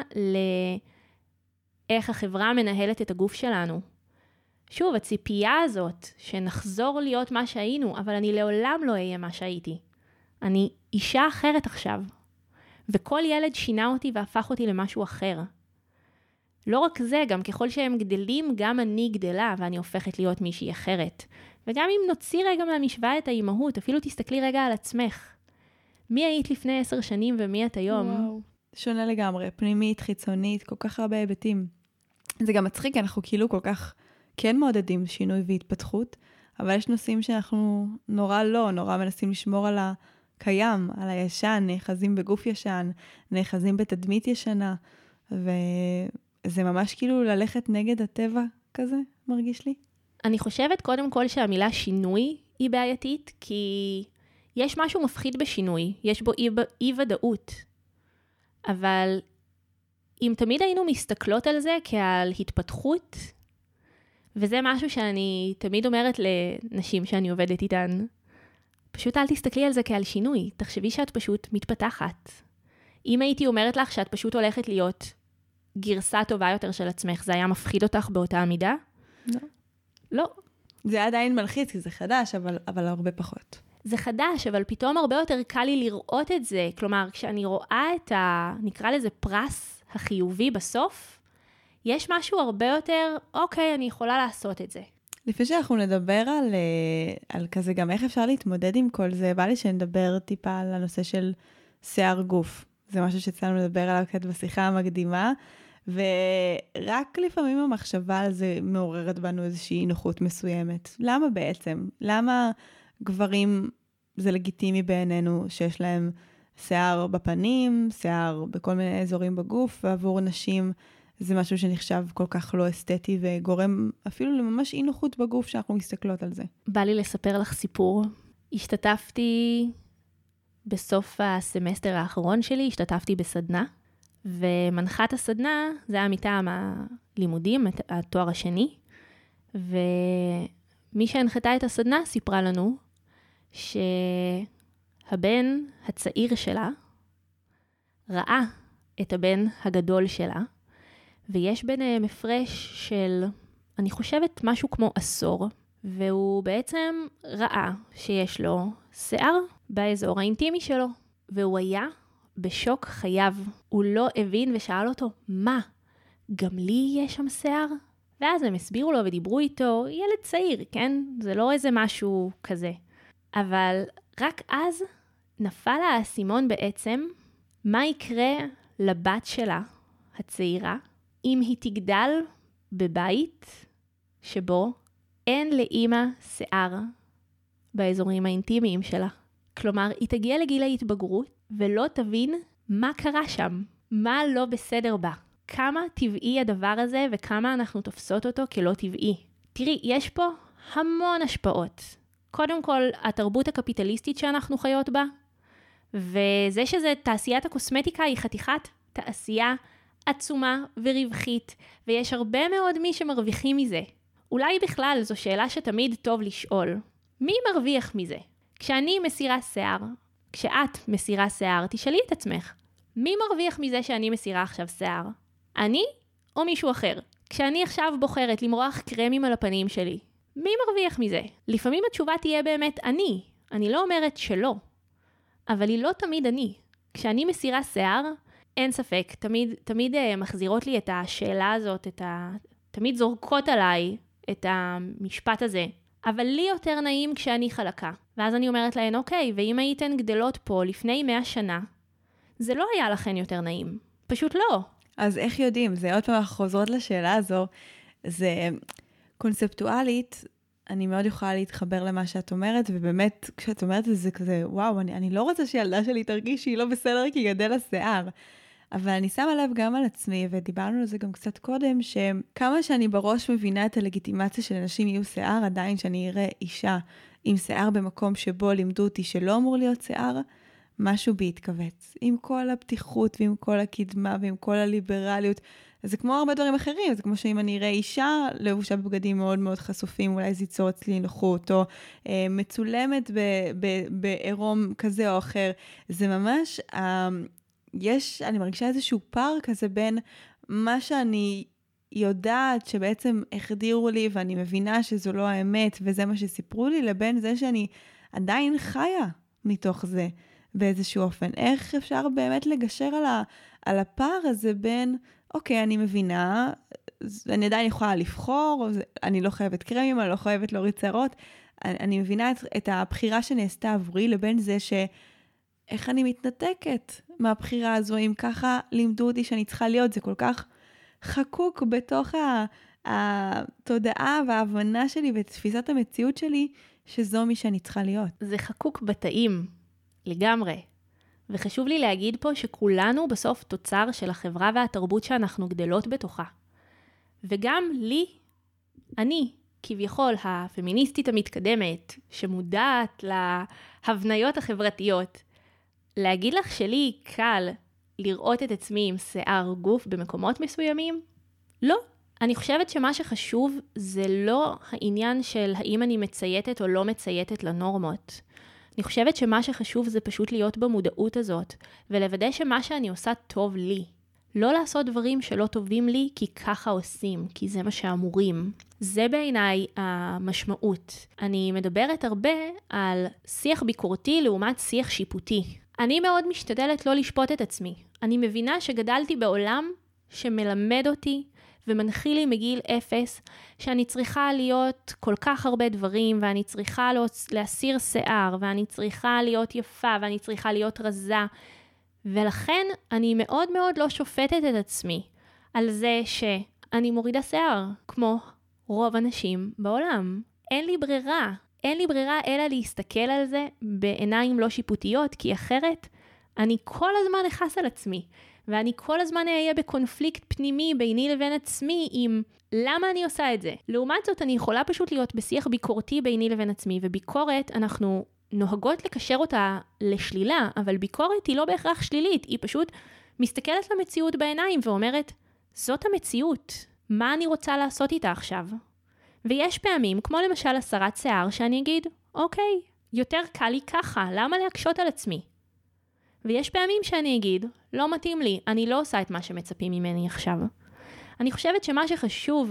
לאיך החברה מנהלת את הגוף שלנו. שוב, הציפייה הזאת שנחזור להיות מה שהיינו, אבל אני לעולם לא אהיה מה שהייתי. אני אישה אחרת עכשיו. וכל ילד שינה אותי והפך אותי למשהו אחר. לא רק זה, גם ככל שהם גדלים, גם אני גדלה ואני הופכת להיות מישהי אחרת. וגם אם נוציא רגע מהמשוואה את האימהות, אפילו תסתכלי רגע על עצמך. מי היית לפני עשר שנים ומי את היום? וואו, שונה לגמרי, פנימית, חיצונית, כל כך הרבה היבטים. זה גם מצחיק, אנחנו כאילו כל כך כן מעודדים שינוי והתפתחות, אבל יש נושאים שאנחנו נורא לא, נורא מנסים לשמור על הקיים, על הישן, נאחזים בגוף ישן, נאחזים בתדמית ישנה, וזה ממש כאילו ללכת נגד הטבע כזה, מרגיש לי. אני חושבת קודם כל שהמילה שינוי היא בעייתית, כי יש משהו מפחיד בשינוי, יש בו אי, אי ודאות. אבל אם תמיד היינו מסתכלות על זה כעל התפתחות, וזה משהו שאני תמיד אומרת לנשים שאני עובדת איתן, פשוט אל תסתכלי על זה כעל שינוי, תחשבי שאת פשוט מתפתחת. אם הייתי אומרת לך שאת פשוט הולכת להיות גרסה טובה יותר של עצמך, זה היה מפחיד אותך באותה המידה? לא. לא. זה עדיין מלחיץ, כי זה חדש, אבל, אבל הרבה פחות. זה חדש, אבל פתאום הרבה יותר קל לי לראות את זה. כלומר, כשאני רואה את ה... נקרא לזה פרס החיובי בסוף, יש משהו הרבה יותר, אוקיי, אני יכולה לעשות את זה. לפני שאנחנו נדבר על, על כזה גם איך אפשר להתמודד עם כל זה, בא לי שנדבר טיפה על הנושא של שיער גוף. זה משהו שצרינו לדבר עליו קצת בשיחה המקדימה, ורק לפעמים המחשבה על זה מעוררת בנו איזושהי נוחות מסוימת. למה בעצם? למה גברים זה לגיטימי בעינינו שיש להם שיער בפנים, שיער בכל מיני אזורים בגוף, ועבור נשים זה משהו שנחשב כל כך לא אסתטי וגורם אפילו לממש אי נוחות בגוף שאנחנו מסתכלות על זה. בא לי לספר לך סיפור. השתתפתי בסוף הסמסטר האחרון שלי, השתתפתי בסדנה, ומנחת הסדנה, זה היה מטעם הלימודים, התואר השני, ומי שהנחתה את הסדנה סיפרה לנו שהבן הצעיר שלה ראה את הבן הגדול שלה, ויש ביניהם הפרש של, אני חושבת, משהו כמו עשור, והוא בעצם ראה שיש לו שיער באזור האינטימי שלו, והוא היה בשוק חייו. הוא לא הבין ושאל אותו, מה? גם לי יש שם שיער? ואז הם הסבירו לו ודיברו איתו, ילד צעיר, כן? זה לא איזה משהו כזה. אבל רק אז נפל האסימון בעצם, מה יקרה לבת שלה, הצעירה, אם היא תגדל בבית שבו אין לאמא שיער באזורים האינטימיים שלה. כלומר, היא תגיע לגיל ההתבגרות ולא תבין מה קרה שם, מה לא בסדר בה. כמה טבעי הדבר הזה וכמה אנחנו תופסות אותו כלא טבעי. תראי, יש פה המון השפעות. קודם כל, התרבות הקפיטליסטית שאנחנו חיות בה, וזה שזה תעשיית הקוסמטיקה היא חתיכת תעשייה עצומה ורווחית, ויש הרבה מאוד מי שמרוויחים מזה. אולי בכלל זו שאלה שתמיד טוב לשאול. מי מרוויח מזה? כשאני מסירה שיער, כשאת מסירה שיער, תשאלי את עצמך, מי מרוויח מזה שאני מסירה עכשיו שיער? אני או מישהו אחר? כשאני עכשיו בוחרת למרוח קרמים על הפנים שלי, מי מרוויח מזה? לפעמים התשובה תהיה באמת אני. אני לא אומרת שלא, אבל היא לא תמיד אני. כשאני מסירה שיער, אין ספק, תמיד, תמיד uh, מחזירות לי את השאלה הזאת, את ה... תמיד זורקות עליי את המשפט הזה. אבל לי יותר נעים כשאני חלקה. ואז אני אומרת להן, אוקיי, ואם הייתן גדלות פה לפני מאה שנה, זה לא היה לכן יותר נעים. פשוט לא. אז איך יודעים? זה עוד פעם אנחנו חוזרות לשאלה הזו. זה קונספטואלית, אני מאוד יכולה להתחבר למה שאת אומרת, ובאמת, כשאת אומרת את זה כזה, וואו, אני, אני לא רוצה שילדה שלי תרגיש שהיא לא בסדר כי גדל השיער. אבל אני שמה לב גם על עצמי, ודיברנו על זה גם קצת קודם, שכמה שאני בראש מבינה את הלגיטימציה של אנשים יהיו שיער, עדיין שאני אראה אישה עם שיער במקום שבו לימדו אותי שלא אמור להיות שיער, משהו בי יתכווץ. עם כל הפתיחות ועם כל הקדמה ועם כל הליברליות. זה כמו הרבה דברים אחרים, זה כמו שאם אני אראה אישה לבושה בבגדים מאוד מאוד חשופים, אולי זה ייצור אצלי נוחות, או אה, מצולמת בעירום כזה או אחר. זה ממש... אה, יש, אני מרגישה איזשהו פער כזה בין מה שאני יודעת שבעצם החדירו לי ואני מבינה שזו לא האמת וזה מה שסיפרו לי, לבין זה שאני עדיין חיה מתוך זה באיזשהו אופן. איך אפשר באמת לגשר על, ה, על הפער הזה בין, אוקיי, אני מבינה, אני עדיין יכולה לבחור, אני לא חייבת קרמים, אני לא חייבת להוריד שערות, אני, אני מבינה את, את הבחירה שנעשתה עבורי, לבין זה ש... איך אני מתנתקת מהבחירה הזו, אם ככה לימדו אותי שאני צריכה להיות, זה כל כך חקוק בתוך התודעה וההבנה שלי ותפיסת המציאות שלי, שזו מי שאני צריכה להיות. זה חקוק בתאים, לגמרי. וחשוב לי להגיד פה שכולנו בסוף תוצר של החברה והתרבות שאנחנו גדלות בתוכה. וגם לי, אני, כביכול הפמיניסטית המתקדמת, שמודעת להבניות החברתיות, להגיד לך שלי קל לראות את עצמי עם שיער גוף במקומות מסוימים? לא. אני חושבת שמה שחשוב זה לא העניין של האם אני מצייתת או לא מצייתת לנורמות. אני חושבת שמה שחשוב זה פשוט להיות במודעות הזאת, ולוודא שמה שאני עושה טוב לי. לא לעשות דברים שלא טובים לי, כי ככה עושים, כי זה מה שאמורים. זה בעיניי המשמעות. אני מדברת הרבה על שיח ביקורתי לעומת שיח שיפוטי. אני מאוד משתדלת לא לשפוט את עצמי. אני מבינה שגדלתי בעולם שמלמד אותי ומנחיל לי מגיל אפס, שאני צריכה להיות כל כך הרבה דברים, ואני צריכה להסיר שיער, ואני צריכה להיות יפה, ואני צריכה להיות רזה, ולכן אני מאוד מאוד לא שופטת את עצמי על זה שאני מורידה שיער, כמו רוב אנשים בעולם. אין לי ברירה, אין לי ברירה אלא להסתכל על זה בעיניים לא שיפוטיות, כי אחרת אני כל הזמן אחס על עצמי, ואני כל הזמן אהיה בקונפליקט פנימי ביני לבין עצמי עם למה אני עושה את זה. לעומת זאת, אני יכולה פשוט להיות בשיח ביקורתי ביני לבין עצמי, וביקורת אנחנו נוהגות לקשר אותה לשלילה, אבל ביקורת היא לא בהכרח שלילית, היא פשוט מסתכלת למציאות בעיניים ואומרת, זאת המציאות, מה אני רוצה לעשות איתה עכשיו? ויש פעמים, כמו למשל הסרת שיער, שאני אגיד, אוקיי, יותר קל לי ככה, למה להקשות על עצמי? ויש פעמים שאני אגיד, לא מתאים לי, אני לא עושה את מה שמצפים ממני עכשיו. אני חושבת שמה שחשוב,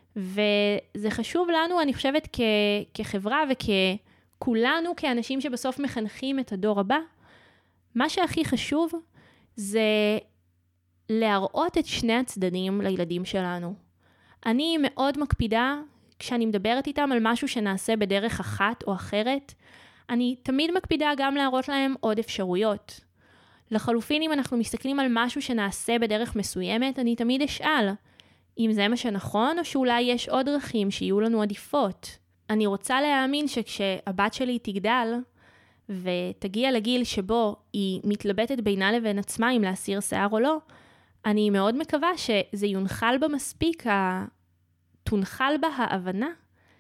וזה חשוב לנו, אני חושבת כ- כחברה וככולנו, כאנשים שבסוף מחנכים את הדור הבא, מה שהכי חשוב זה להראות את שני הצדדים לילדים שלנו. אני מאוד מקפידה, כשאני מדברת איתם על משהו שנעשה בדרך אחת או אחרת, אני תמיד מקפידה גם להראות להם עוד אפשרויות. לחלופין, אם אנחנו מסתכלים על משהו שנעשה בדרך מסוימת, אני תמיד אשאל אם זה מה שנכון, או שאולי יש עוד דרכים שיהיו לנו עדיפות. אני רוצה להאמין שכשהבת שלי תגדל, ותגיע לגיל שבו היא מתלבטת בינה לבין עצמה אם להסיר שיער או לא, אני מאוד מקווה שזה יונחל בה מספיק, תונחל בה ההבנה,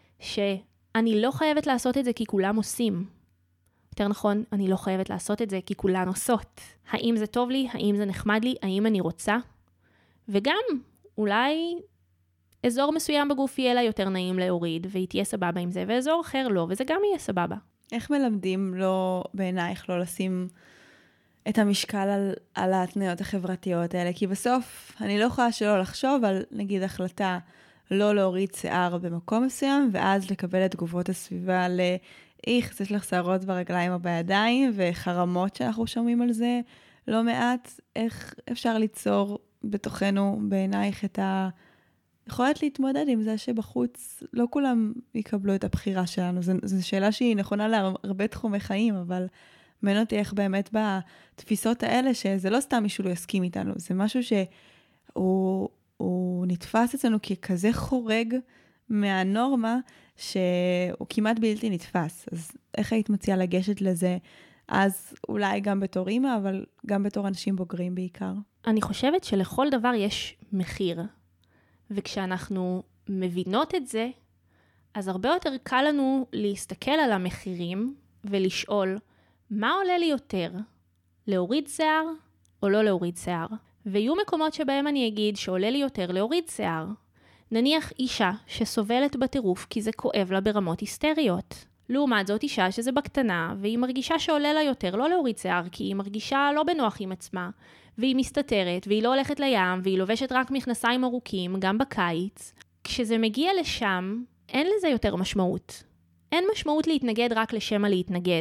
שאני לא חייבת לעשות את זה כי כולם עושים. יותר נכון, אני לא חייבת לעשות את זה כי כולן עושות. האם זה טוב לי? האם זה נחמד לי? האם אני רוצה? וגם, אולי אזור מסוים בגוף יהיה לה יותר נעים להוריד, והיא תהיה סבבה עם זה, ואזור אחר לא, וזה גם יהיה סבבה. איך מלמדים לא, בעינייך, לא לשים את המשקל על, על התניות החברתיות האלה? כי בסוף, אני לא יכולה שלא לחשוב על, נגיד, החלטה לא להוריד שיער במקום מסוים, ואז לקבל את תגובות הסביבה ל... איך, יש לך שערות ברגליים או בידיים, וחרמות שאנחנו שומעים על זה לא מעט. איך אפשר ליצור בתוכנו, בעינייך, את היכולת להתמודד עם זה שבחוץ לא כולם יקבלו את הבחירה שלנו? זו, זו שאלה שהיא נכונה להרבה תחומי חיים, אבל מעניין אותי איך באמת בתפיסות האלה, שזה לא סתם מישהו לא יסכים איתנו, זה משהו שהוא הוא נתפס אצלנו ככזה חורג מהנורמה, שהוא כמעט בלתי נתפס. אז איך היית מציעה לגשת לזה, אז אולי גם בתור אימא, אבל גם בתור אנשים בוגרים בעיקר? אני חושבת שלכל דבר יש מחיר. וכשאנחנו מבינות את זה, אז הרבה יותר קל לנו להסתכל על המחירים ולשאול, מה עולה לי יותר? להוריד שיער או לא להוריד שיער? ויהיו מקומות שבהם אני אגיד שעולה לי יותר להוריד שיער. נניח אישה שסובלת בטירוף כי זה כואב לה ברמות היסטריות. לעומת זאת אישה שזה בקטנה, והיא מרגישה שעולה לה יותר לא להוריד שיער, כי היא מרגישה לא בנוח עם עצמה, והיא מסתתרת, והיא לא הולכת לים, והיא לובשת רק מכנסיים ארוכים, גם בקיץ. כשזה מגיע לשם, אין לזה יותר משמעות. אין משמעות להתנגד רק לשם להתנגד.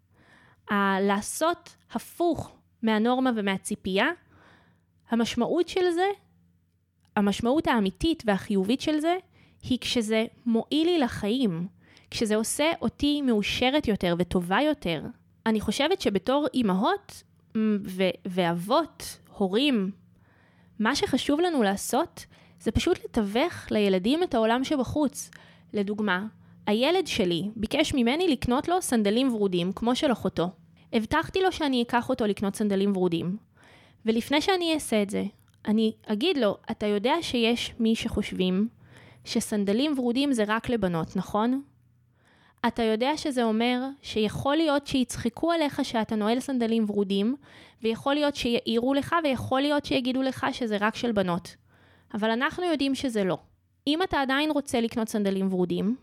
לעשות הפוך מהנורמה ומהציפייה, המשמעות של זה, המשמעות האמיתית והחיובית של זה, היא כשזה מועיל לי לחיים, כשזה עושה אותי מאושרת יותר וטובה יותר. אני חושבת שבתור אימהות ו- ואבות, הורים, מה שחשוב לנו לעשות, זה פשוט לתווך לילדים את העולם שבחוץ. לדוגמה, הילד שלי ביקש ממני לקנות לו סנדלים ורודים כמו של אחותו. הבטחתי לו שאני אקח אותו לקנות סנדלים ורודים. ולפני שאני אעשה את זה, אני אגיד לו, אתה יודע שיש מי שחושבים שסנדלים ורודים זה רק לבנות, נכון? אתה יודע שזה אומר שיכול להיות שיצחקו עליך שאתה נועל סנדלים ורודים, ויכול להיות שיעירו לך, ויכול להיות שיגידו לך שזה רק של בנות. אבל אנחנו יודעים שזה לא. אם אתה עדיין רוצה לקנות סנדלים ורודים,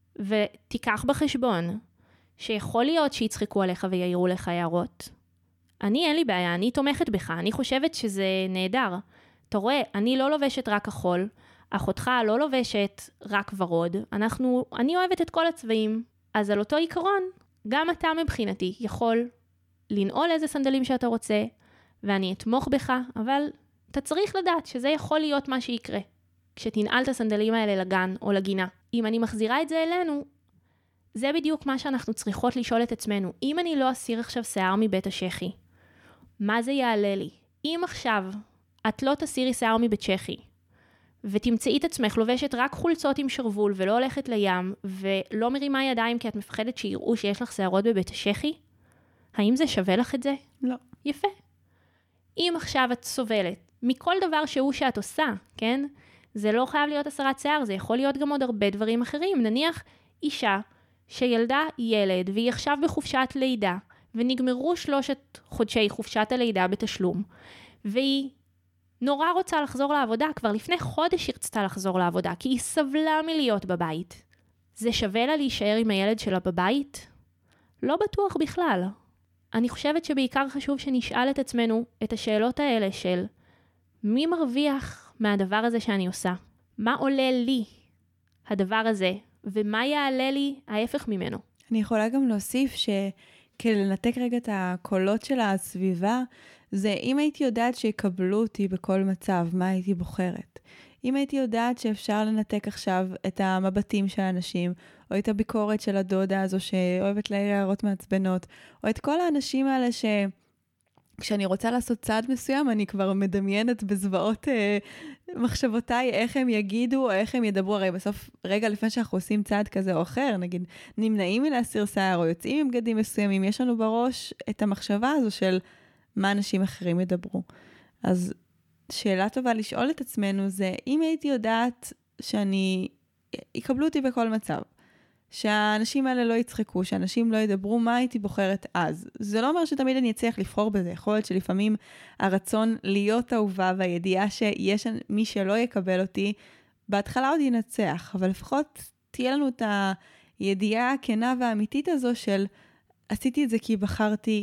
ותיקח בחשבון שיכול להיות שיצחקו עליך ויעירו לך הערות, אני אין לי בעיה, אני תומכת בך, אני חושבת שזה נהדר. אתה רואה, אני לא לובשת רק כחול, אחותך לא לובשת רק ורוד, אנחנו, אני אוהבת את כל הצבעים, אז על אותו עיקרון, גם אתה מבחינתי יכול לנעול איזה סנדלים שאתה רוצה, ואני אתמוך בך, אבל אתה צריך לדעת שזה יכול להיות מה שיקרה, כשתנעל את הסנדלים האלה לגן או לגינה. אם אני מחזירה את זה אלינו, זה בדיוק מה שאנחנו צריכות לשאול את עצמנו. אם אני לא אסיר עכשיו שיער מבית השחי, מה זה יעלה לי? אם עכשיו את לא תסירי שיער מבית שחי, ותמצאי את עצמך לובשת רק חולצות עם שרוול, ולא הולכת לים, ולא מרימה ידיים כי את מפחדת שיראו שיש לך שערות בבית השחי, האם זה שווה לך את זה? לא. יפה. אם עכשיו את סובלת מכל דבר שהוא שאת עושה, כן? זה לא חייב להיות הסרת שיער, זה יכול להיות גם עוד הרבה דברים אחרים. נניח אישה שילדה ילד, והיא עכשיו בחופשת לידה, ונגמרו שלושת חודשי חופשת הלידה בתשלום, והיא נורא רוצה לחזור לעבודה, כבר לפני חודש היא רצתה לחזור לעבודה, כי היא סבלה מלהיות בבית. זה שווה לה להישאר עם הילד שלה בבית? לא בטוח בכלל. אני חושבת שבעיקר חשוב שנשאל את עצמנו את השאלות האלה של מי מרוויח מהדבר הזה שאני עושה? מה עולה לי הדבר הזה? ומה יעלה לי ההפך ממנו? אני יכולה גם להוסיף שכדי לנתק רגע את הקולות של הסביבה, זה אם הייתי יודעת שיקבלו אותי בכל מצב, מה הייתי בוחרת? אם הייתי יודעת שאפשר לנתק עכשיו את המבטים של האנשים, או את הביקורת של הדודה הזו שאוהבת להעיר הערות מעצבנות, או את כל האנשים האלה שכשאני רוצה לעשות צעד מסוים, אני כבר מדמיינת בזוועות אה, מחשבותיי, איך הם יגידו, או איך הם ידברו. הרי בסוף, רגע לפני שאנחנו עושים צעד כזה או אחר, נגיד, נמנעים מלהסיר שיער, או יוצאים עם בגדים מסוימים, יש לנו בראש את המחשבה הזו של מה אנשים אחרים ידברו. אז שאלה טובה לשאול את עצמנו זה, אם הייתי יודעת שאני, יקבלו אותי בכל מצב, שהאנשים האלה לא יצחקו, שאנשים לא ידברו, מה הייתי בוחרת אז? זה לא אומר שתמיד אני אצליח לבחור בזה, יכול להיות שלפעמים הרצון להיות אהובה והידיעה שיש מי שלא יקבל אותי, בהתחלה עוד ינצח, אבל לפחות תהיה לנו את הידיעה הכנה והאמיתית הזו של, עשיתי את זה כי בחרתי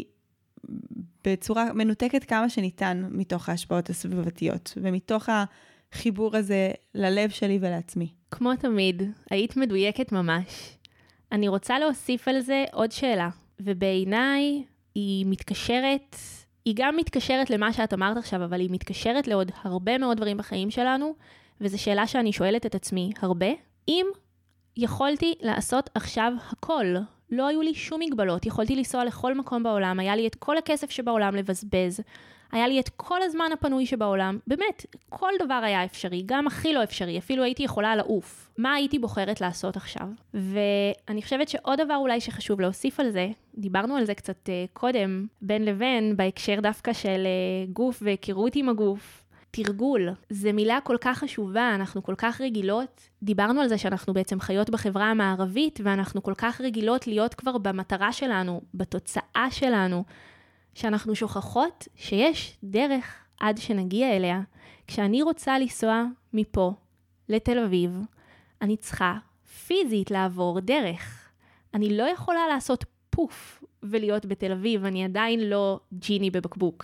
בצורה מנותקת כמה שניתן מתוך ההשפעות הסביבתיות, ומתוך החיבור הזה ללב שלי ולעצמי. כמו תמיד, היית מדויקת ממש. אני רוצה להוסיף על זה עוד שאלה, ובעיניי היא מתקשרת, היא גם מתקשרת למה שאת אמרת עכשיו, אבל היא מתקשרת לעוד הרבה מאוד דברים בחיים שלנו, וזו שאלה שאני שואלת את עצמי הרבה. אם יכולתי לעשות עכשיו הכל, לא היו לי שום מגבלות, יכולתי לנסוע לכל מקום בעולם, היה לי את כל הכסף שבעולם לבזבז, היה לי את כל הזמן הפנוי שבעולם, באמת, כל דבר היה אפשרי, גם הכי לא אפשרי, אפילו הייתי יכולה לעוף. מה הייתי בוחרת לעשות עכשיו? ואני חושבת שעוד דבר אולי שחשוב להוסיף על זה, דיברנו על זה קצת uh, קודם, בין לבין, בהקשר דווקא של uh, גוף והיכרות עם הגוף, תרגול. זה מילה כל כך חשובה, אנחנו כל כך רגילות, דיברנו על זה שאנחנו בעצם חיות בחברה המערבית, ואנחנו כל כך רגילות להיות כבר במטרה שלנו, בתוצאה שלנו, שאנחנו שוכחות שיש דרך עד שנגיע אליה. כשאני רוצה לנסוע מפה לתל אביב, אני צריכה פיזית לעבור דרך. אני לא יכולה לעשות פוף ולהיות בתל אביב, אני עדיין לא ג'יני בבקבוק.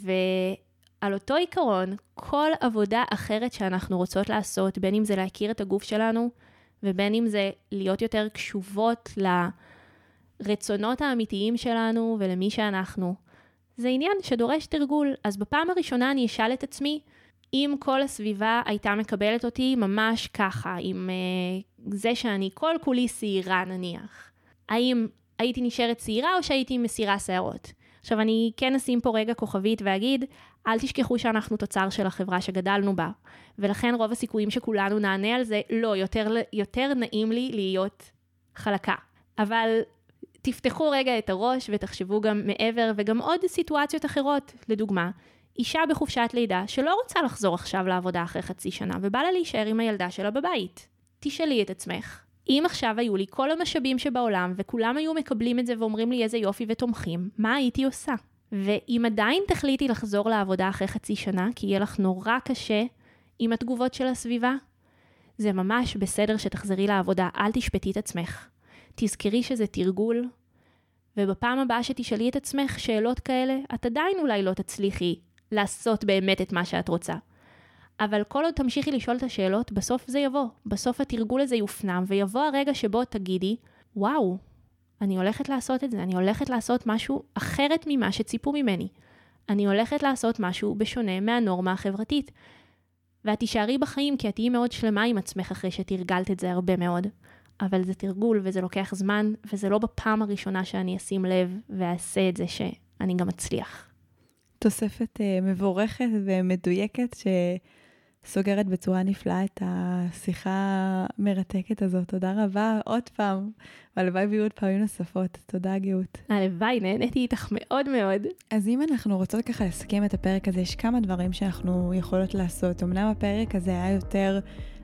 ועל אותו עיקרון, כל עבודה אחרת שאנחנו רוצות לעשות, בין אם זה להכיר את הגוף שלנו, ובין אם זה להיות יותר קשובות לרצונות האמיתיים שלנו ולמי שאנחנו, זה עניין שדורש תרגול. אז בפעם הראשונה אני אשאל את עצמי, אם כל הסביבה הייתה מקבלת אותי ממש ככה, עם uh, זה שאני כל כולי שעירה נניח, האם הייתי נשארת שעירה או שהייתי מסירה שערות? עכשיו אני כן אשים פה רגע כוכבית ואגיד, אל תשכחו שאנחנו תוצר של החברה שגדלנו בה, ולכן רוב הסיכויים שכולנו נענה על זה, לא, יותר, יותר נעים לי להיות חלקה. אבל תפתחו רגע את הראש ותחשבו גם מעבר, וגם עוד סיטואציות אחרות. לדוגמה, אישה בחופשת לידה שלא רוצה לחזור עכשיו לעבודה אחרי חצי שנה, ובא לה להישאר עם הילדה שלה בבית. תשאלי את עצמך, אם עכשיו היו לי כל המשאבים שבעולם, וכולם היו מקבלים את זה ואומרים לי איזה יופי ותומכים, מה הייתי עושה? ואם עדיין תחליטי לחזור לעבודה אחרי חצי שנה, כי יהיה לך נורא קשה עם התגובות של הסביבה, זה ממש בסדר שתחזרי לעבודה, אל תשפטי את עצמך. תזכרי שזה תרגול, ובפעם הבאה שתשאלי את עצמך שאלות כאלה, את עדיין אולי לא תצליחי לעשות באמת את מה שאת רוצה. אבל כל עוד תמשיכי לשאול את השאלות, בסוף זה יבוא. בסוף התרגול הזה יופנם, ויבוא הרגע שבו תגידי, וואו, אני הולכת לעשות את זה, אני הולכת לעשות משהו אחרת ממה שציפו ממני. אני הולכת לעשות משהו בשונה מהנורמה החברתית. ואת תישארי בחיים, כי את תהיי מאוד שלמה עם עצמך אחרי שתרגלת את זה הרבה מאוד. אבל זה תרגול, וזה לוקח זמן, וזה לא בפעם הראשונה שאני אשים לב, ואעשה את זה שאני גם אצליח. תוספת uh, מבורכת ומדויקת, שסוגרת בצורה נפלאה את השיחה המרתקת הזאת. תודה רבה עוד פעם, והלוואי ויהיו עוד פעמים נוספות. תודה, גאות. הלוואי, נהניתי איתך מאוד מאוד. אז אם אנחנו רוצות ככה לסכם את הפרק הזה, יש כמה דברים שאנחנו יכולות לעשות. אמנם הפרק הזה היה יותר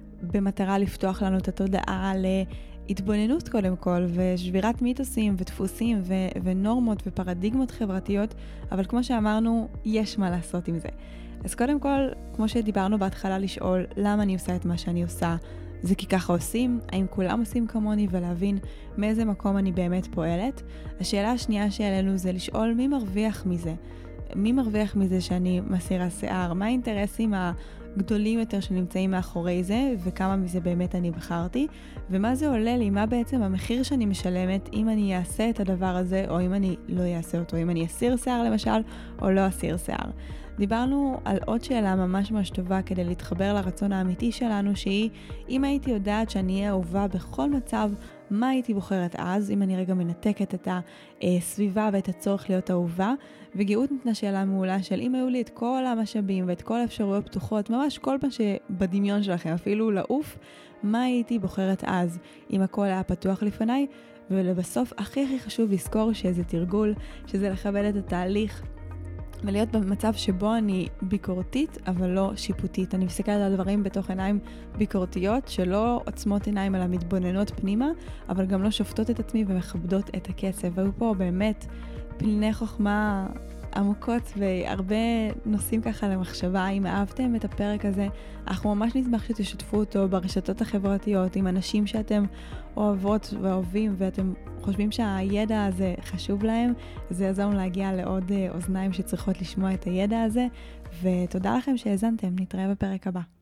במטרה לפתוח לנו את התודעה להתבוננות קודם כל, ושבירת מיתוסים ודפוסים ו- ונורמות ופרדיגמות חברתיות, אבל כמו שאמרנו, יש מה לעשות עם זה. אז קודם כל, כמו שדיברנו בהתחלה, לשאול למה אני עושה את מה שאני עושה, זה כי ככה עושים, האם כולם עושים כמוני, ולהבין מאיזה מקום אני באמת פועלת. השאלה השנייה שעלינו זה לשאול מי מרוויח מזה. מי מרוויח מזה שאני מסירה שיער? מה האינטרסים הגדולים יותר שנמצאים מאחורי זה, וכמה מזה באמת אני בחרתי? ומה זה עולה לי? מה בעצם המחיר שאני משלמת אם אני אעשה את הדבר הזה, או אם אני לא אעשה אותו? אם אני אסיר שיער למשל, או לא אסיר שיער? דיברנו על עוד שאלה ממש ממש טובה כדי להתחבר לרצון האמיתי שלנו, שהיא, אם הייתי יודעת שאני אהיה אהובה בכל מצב, מה הייתי בוחרת אז, אם אני רגע מנתקת את הסביבה ואת הצורך להיות אהובה? וגאות נתנה שאלה מעולה של אם היו לי את כל המשאבים ואת כל האפשרויות פתוחות, ממש כל פעם שבדמיון שלכם, אפילו לעוף, מה הייתי בוחרת אז, אם הכל היה פתוח לפניי? ולבסוף, הכי הכי חשוב לזכור שזה תרגול, שזה לכבד את התהליך, ולהיות במצב שבו אני ביקורתית, אבל לא שיפוטית. אני מסתכלת על הדברים בתוך עיניים ביקורתיות, שלא עוצמות עיניים אלא מתבוננות פנימה, אבל גם לא שופטות את עצמי ומכבדות את הקצב. והיו פה באמת פלני חוכמה עמוקות והרבה נושאים ככה למחשבה. אם אהבתם את הפרק הזה, אנחנו ממש נשמח שתשתפו אותו ברשתות החברתיות, עם אנשים שאתם אוהבות ואוהבים, ואתם חושבים שהידע הזה חשוב להם. זה יעזור להגיע לעוד אוזניים שצריכות לשמוע את הידע הזה, ותודה לכם שהאזנתם. נתראה בפרק הבא.